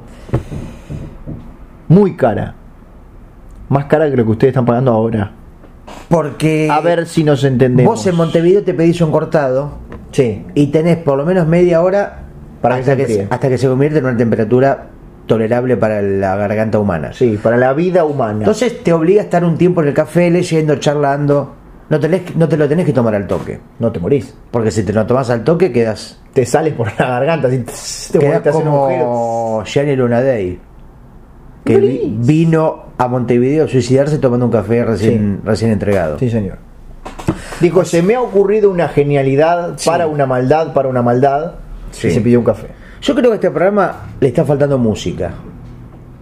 Muy cara. Más cara que lo que ustedes están pagando ahora. Porque A ver si nos entendemos. vos en Montevideo te pedís un cortado Sí. y tenés por lo menos media hora Para que hasta se enfríe. hasta que se convierte en una temperatura tolerable para la garganta humana. Sí, para la vida humana. Entonces te obliga a estar un tiempo en el café leyendo, charlando. No te lo tenés que tomar al toque. No te morís. Porque si te lo tomás al toque quedas Te sales por la garganta. Así, te quedás te hacen agujeros. como Gianni Lunadei, que Feliz. vino a Montevideo a suicidarse tomando un café recién entregado. Sí, señor. Dijo, se me ha ocurrido una genialidad Sí. para una maldad. Sí. Y se pidió un café. Yo creo que a este programa le está faltando música.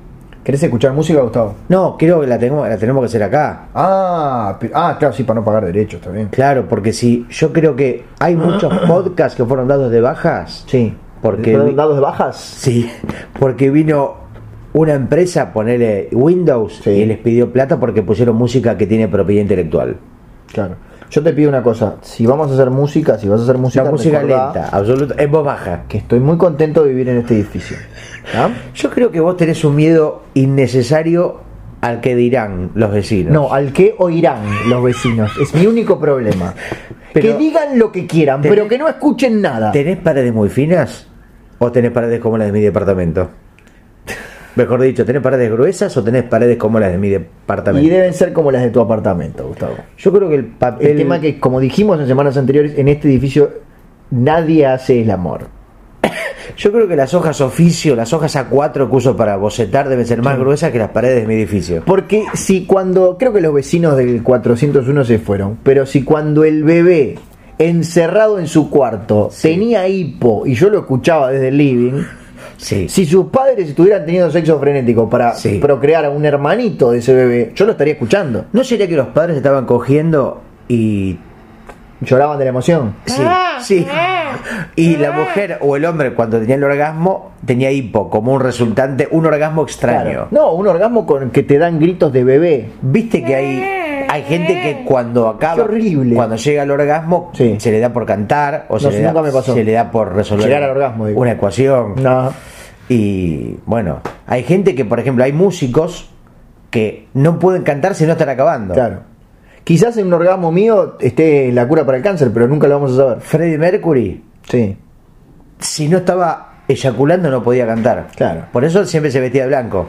¿Querés escuchar música, Gustavo? No, creo que la tenemos que hacer acá. Claro, sí, para no pagar derechos, está bien. Claro, porque si yo creo que hay muchos podcasts que fueron dados de bajas. Sí. Porque ¿Fueron dados de bajas? Sí, porque vino una empresa a ponerle Windows Sí. y les pidió plata porque pusieron música que tiene propiedad intelectual. Claro. Yo te pido una cosa, si vamos a hacer música, La música recordá lenta, absoluta, en voz baja. que estoy muy contento de vivir en este edificio. ¿Ah? Yo creo que vos tenés un miedo innecesario al que dirán los vecinos. No, al que oirán los vecinos. Es mi único problema. Pero- que digan lo que quieran, Tenés- pero que no escuchen nada. ¿Tenés paredes muy finas o tenés paredes como las de mi departamento? Mejor dicho, ¿tenés paredes gruesas o tenés paredes como las de mi departamento? Y deben ser como las de tu apartamento, Gustavo. Yo creo que el papel... El tema que, como dijimos en semanas anteriores, en este edificio nadie hace el amor. Yo creo que las hojas oficio, las hojas A4 que uso para bocetar deben ser más gruesas que las paredes de mi edificio. Porque si cuando, creo que los vecinos del 401 se fueron, pero si cuando el bebé encerrado en su cuarto tenía hipo y yo lo escuchaba desde el living, Sí. si sus padres estuvieran teniendo sexo frenético para Sí. procrear a un hermanito de ese bebé, yo lo estaría escuchando. ¿No sería que los padres estaban cogiendo y... Lloraban de la emoción. Sí, sí. Y la mujer o el hombre cuando tenía el orgasmo tenía hipo como un resultante, un orgasmo extraño. Claro. No, un orgasmo con que te dan gritos de bebé. Viste que hay gente que cuando acaba, Qué horrible. cuando llega al orgasmo, Sí. se le da por cantar o No, se, le nunca da, me pasó. se le da por resolver Llegar al orgasmo, digo. una ecuación. No. Y bueno, hay gente que, por ejemplo, hay músicos que no pueden cantar si no están acabando. Claro. Quizás en un orgasmo mío esté la cura para el cáncer, pero nunca lo vamos a saber. Freddie Mercury, Sí. si no estaba eyaculando, no podía cantar. Claro. Por eso siempre se vestía de blanco.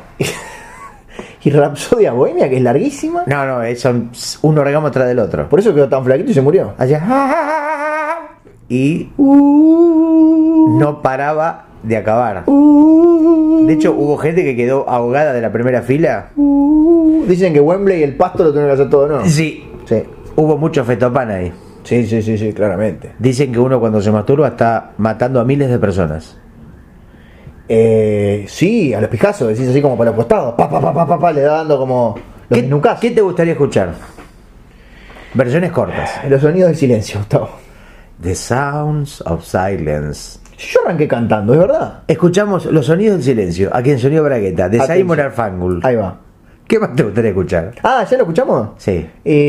Y Rapsodia Bohemia, que es larguísima. No, son un orgasmo tras del otro. Por eso quedó tan flaquito y se murió. Hacía y no paraba de acabar. De hecho, hubo gente que quedó ahogada de la primera fila. Dicen que Wembley y el Pasto lo tienen que hacer todo, ¿no? Sí, Sí. hubo mucho fetopán ahí. Sí, claramente. Dicen que uno cuando se masturba está matando a miles de personas. Sí, a los pijazos, decís así como para los costados. Pa, le da dando como los minucas. ¿Qué te gustaría escuchar? Versiones cortas. Los sonidos del silencio, Gustavo. The Sounds of Silence. Yo arranqué cantando, es verdad. Escuchamos los sonidos del silencio, aquí en Sonido Bragueta, de Atención. Simon Garfunkel. Ahí va. ¿Qué más te gustaría escuchar? Ah, ¿ya lo escuchamos? Sí.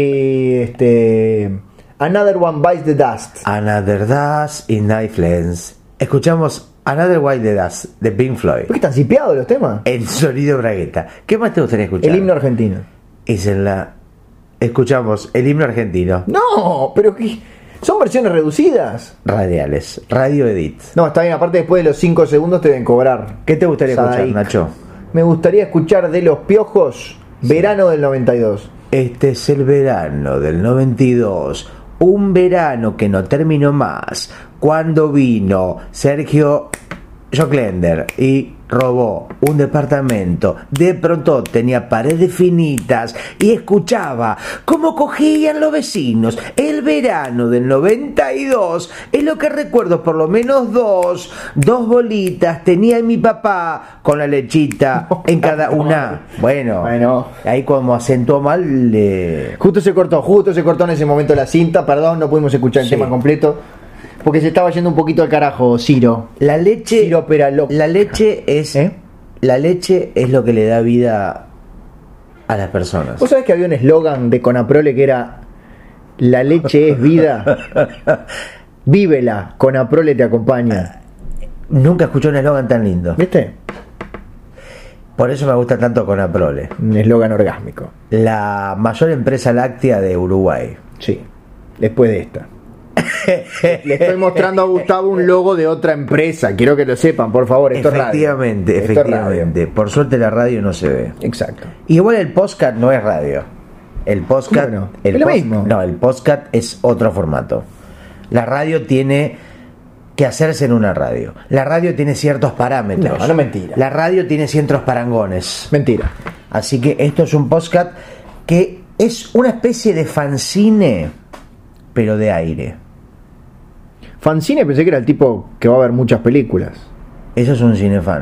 Another One Bites the Dust. Another Dust in Night Lens. Escuchamos Another White the Dust de Pink Floyd. ¿Por qué están cipiados los temas? En Sonido Bragueta. ¿Qué más te gustaría escuchar? El himno argentino. Es en la... Escuchamos el himno argentino. No, pero ¿qué? Son versiones reducidas. Radiales. Radio Edit. No, está bien, aparte después de los 5 segundos te deben cobrar. ¿Qué te gustaría escuchar, Sadaik. Nacho? Me gustaría escuchar de Los Piojos, Verano del 92. Este es el verano del 92. Un verano que no terminó más. Cuando vino Sergio Joclender y robó un departamento. De pronto tenía paredes finitas y escuchaba cómo cogían los vecinos. El verano del 92 es lo que recuerdo, por lo menos dos bolitas tenía mi papá con la lechita en cada una. Bueno, ahí como acentuó mal Justo se cortó en ese momento la cinta, perdón, no pudimos escuchar el Sí. tema completo. Porque se estaba yendo un poquito al carajo, Ciro. La leche, Ciro Peraló. la leche es lo que le da vida a las personas. ¿Vos sabés que había un eslogan de Conaprole que era la leche es vida? Vívela, Conaprole te acompaña. Nunca escuché un eslogan tan lindo. ¿Viste? Por eso me gusta tanto Conaprole. Un eslogan orgásmico. La mayor empresa láctea de Uruguay. Sí, después de esta. Le estoy mostrando a Gustavo un logo de otra empresa. Quiero que lo sepan, por favor. Esto es radio. Efectivamente, Esto es efectivamente. radio. Por suerte la radio no se ve. Exacto. Igual el podcast no es radio. El podcast, ¿Cómo no? Es lo mismo. No, el podcast es otro formato. La radio tiene que hacerse en una radio. La radio tiene ciertos parámetros. No, mentira. La radio tiene ciertos parangones. Mentira. Así que esto es un podcast que es una especie de fanzine, pero de aire. Fancine pensé que era el tipo que va a ver muchas películas. Eso es un cinefan.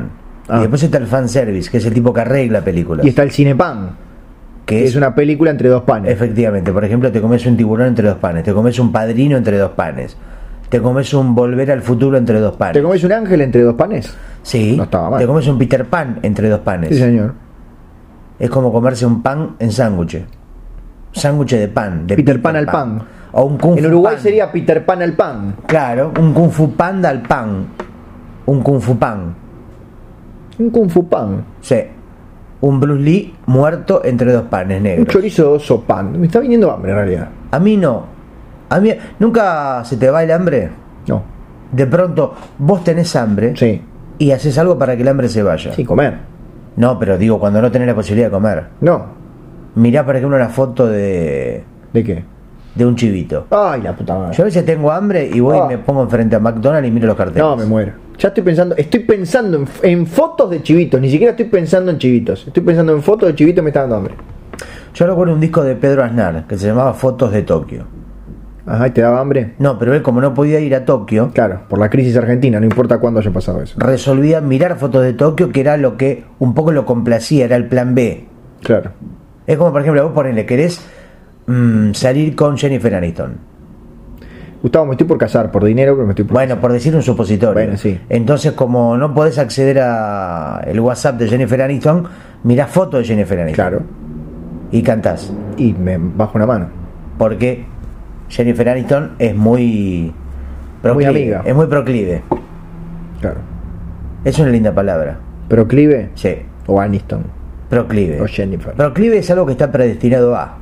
Ah. Y después está el fanservice, que es el tipo que arregla películas. Y está el Cinepan, que es una película entre dos panes. Efectivamente, por ejemplo, te comes un tiburón entre dos panes, te comes un Padrino entre dos panes, te comes un Volver al Futuro entre dos panes. ¿Te comes un ángel entre dos panes? Sí. No estaba mal. Te comes un Peter Pan entre dos panes. Sí, señor. Es como comerse un pan en sándwich. Sándwich de pan. De Peter Pan al pan. O un Kung Fu En Uruguay pan. sería Peter Pan al pan. Claro, un Kung Fu Panda al pan. Un Kung Fu Pan. Un Kung Fu pan. Sí. Un Bruce Lee muerto entre dos panes Un negros. chorizo de oso pan. Me está viniendo hambre en realidad. A mí no. A mí nunca se te va el hambre. No. De pronto vos tenés hambre. Sí. Y haces algo para que el hambre se vaya. Sí, comer. No, pero digo, cuando no tenés la posibilidad de comer. No. Mirá, por ejemplo, una foto de ¿De qué? un chivito. Ay, la puta madre. Yo a veces tengo hambre y voy Ah. y me pongo enfrente a McDonald's y miro los carteles. No, me muero. Ya estoy pensando en fotos de chivitos, ni siquiera estoy pensando en chivitos. Estoy pensando en fotos de chivitos y me está dando hambre. Yo recuerdo un disco de Pedro Aznar que se llamaba Fotos de Tokio. Ajá, ¿y te daba hambre? No, pero él como no podía ir a Tokio, Claro, por la crisis argentina, no importa cuándo haya pasado eso. resolvía mirar fotos de Tokio, que era lo que un poco lo complacía, era el plan B. Claro. Es como, por ejemplo, vos ponele, querés salir con Jennifer Aniston. Gustavo, me estoy por casar, por dinero, pero me estoy por Bueno, por decir un supositorio. Bueno, sí. Entonces, como no podés acceder a el WhatsApp de Jennifer Aniston, mirás fotos de Jennifer Aniston. Claro. Y cantás. Y me bajo una mano. Porque Jennifer Aniston es muy proclive, amiga. es muy proclive. Claro. Es una linda palabra. ¿Proclive? Sí, O Aniston. proclive. O Jennifer. Proclive es algo que está predestinado a.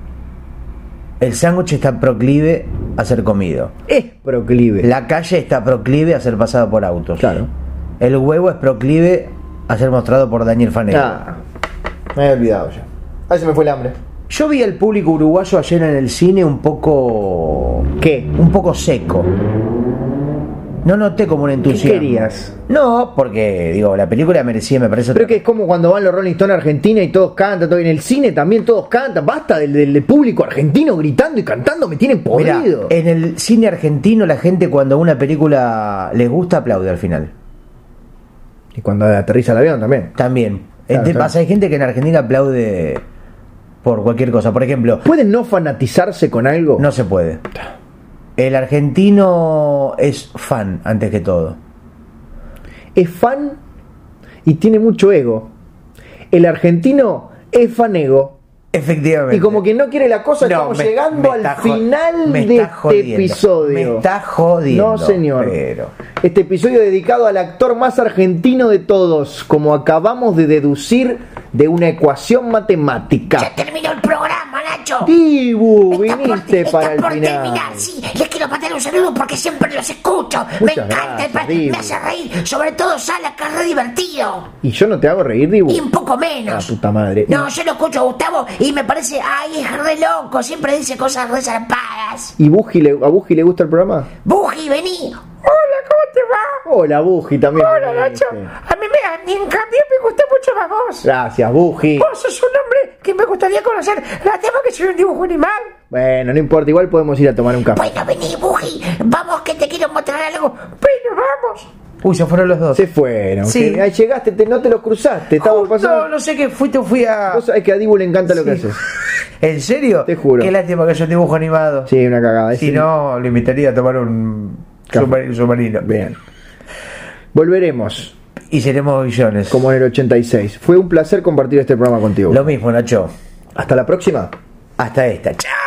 El sándwich está proclive a ser comido. Es proclive. La calle está proclive a ser pasada por autos. Claro. El huevo es proclive a ser mostrado por Daniel Fanelli. Ah, me había olvidado ya. Ahí se me fue el hambre. Yo vi al público uruguayo ayer en el cine un poco... ¿Qué? Un poco seco. No noté como un ¿Qué entusiasmo. querías? No, porque, digo, la película merecía, me parece... Pero que es como cuando van los Rolling Stones a Argentina y todos cantan, todo en el cine también todos cantan. Basta del público argentino gritando y cantando, me tienen Mirá, podrido. en el cine argentino la gente cuando una película les gusta aplaude al final. Y cuando aterriza el avión también. También. Claro, claro. Pasa, hay gente que en Argentina aplaude por cualquier cosa. Por ejemplo, ¿Pueden no fanatizarse con algo? no se puede. El argentino es fan antes que todo. Es fan y tiene mucho ego. El argentino es fanego. Efectivamente. Y como que no quiere la cosa, No, estamos llegando al final me de está este jodiendo. episodio. Me está jodiendo. No, señor. Pero... Este episodio dedicado al actor más argentino de todos, como acabamos de deducir de una ecuación matemática. Ya terminó el programa, Nacho. Dibu, Está viniste para el por final. terminar, sí. Les quiero mandar un saludo porque siempre los escucho. Me Muchas encanta, gracias, Dibu. me hace reír. Sobre todo Sala, que es re divertido. ¿Y yo no te hago reír, Dibu? Y un poco Ah, menos. puta madre. No, yo lo escucho a Gustavo y me parece, ay, es re loco. Siempre dice cosas re zarpadas. ¿Y a Buji le gusta el programa? Buji, vení. Hola, ¿cómo te va? Hola, Buji también. Hola, viniste. Nacho. A mí en cambio me gusta mucho la voz. Gracias, Buji. Vos sos un hombre que me gustaría conocer. La tema que soy un dibujo animal. Bueno, no importa, igual podemos ir a tomar un café. Bueno, vení, Buji. Vamos que te quiero mostrar algo. Bueno, vamos. Uy, se fueron los dos. Se fueron. Sí. Ahí llegaste, no te los cruzaste. Estábamos pasando. No sé qué fui a... Vos sabés que a Dibu le encanta lo que Sí. haces. ¿En serio? Te juro. Qué lástima que yo dibujo animado. Sí, una cagada. Si no, lo invitaría a tomar un Café. submarino. Bien. Volveremos, Y seremos billones. como en el 86. Fue un placer compartir este programa contigo. Lo mismo, Nacho. Hasta la próxima. Hasta esta. ¡Chao!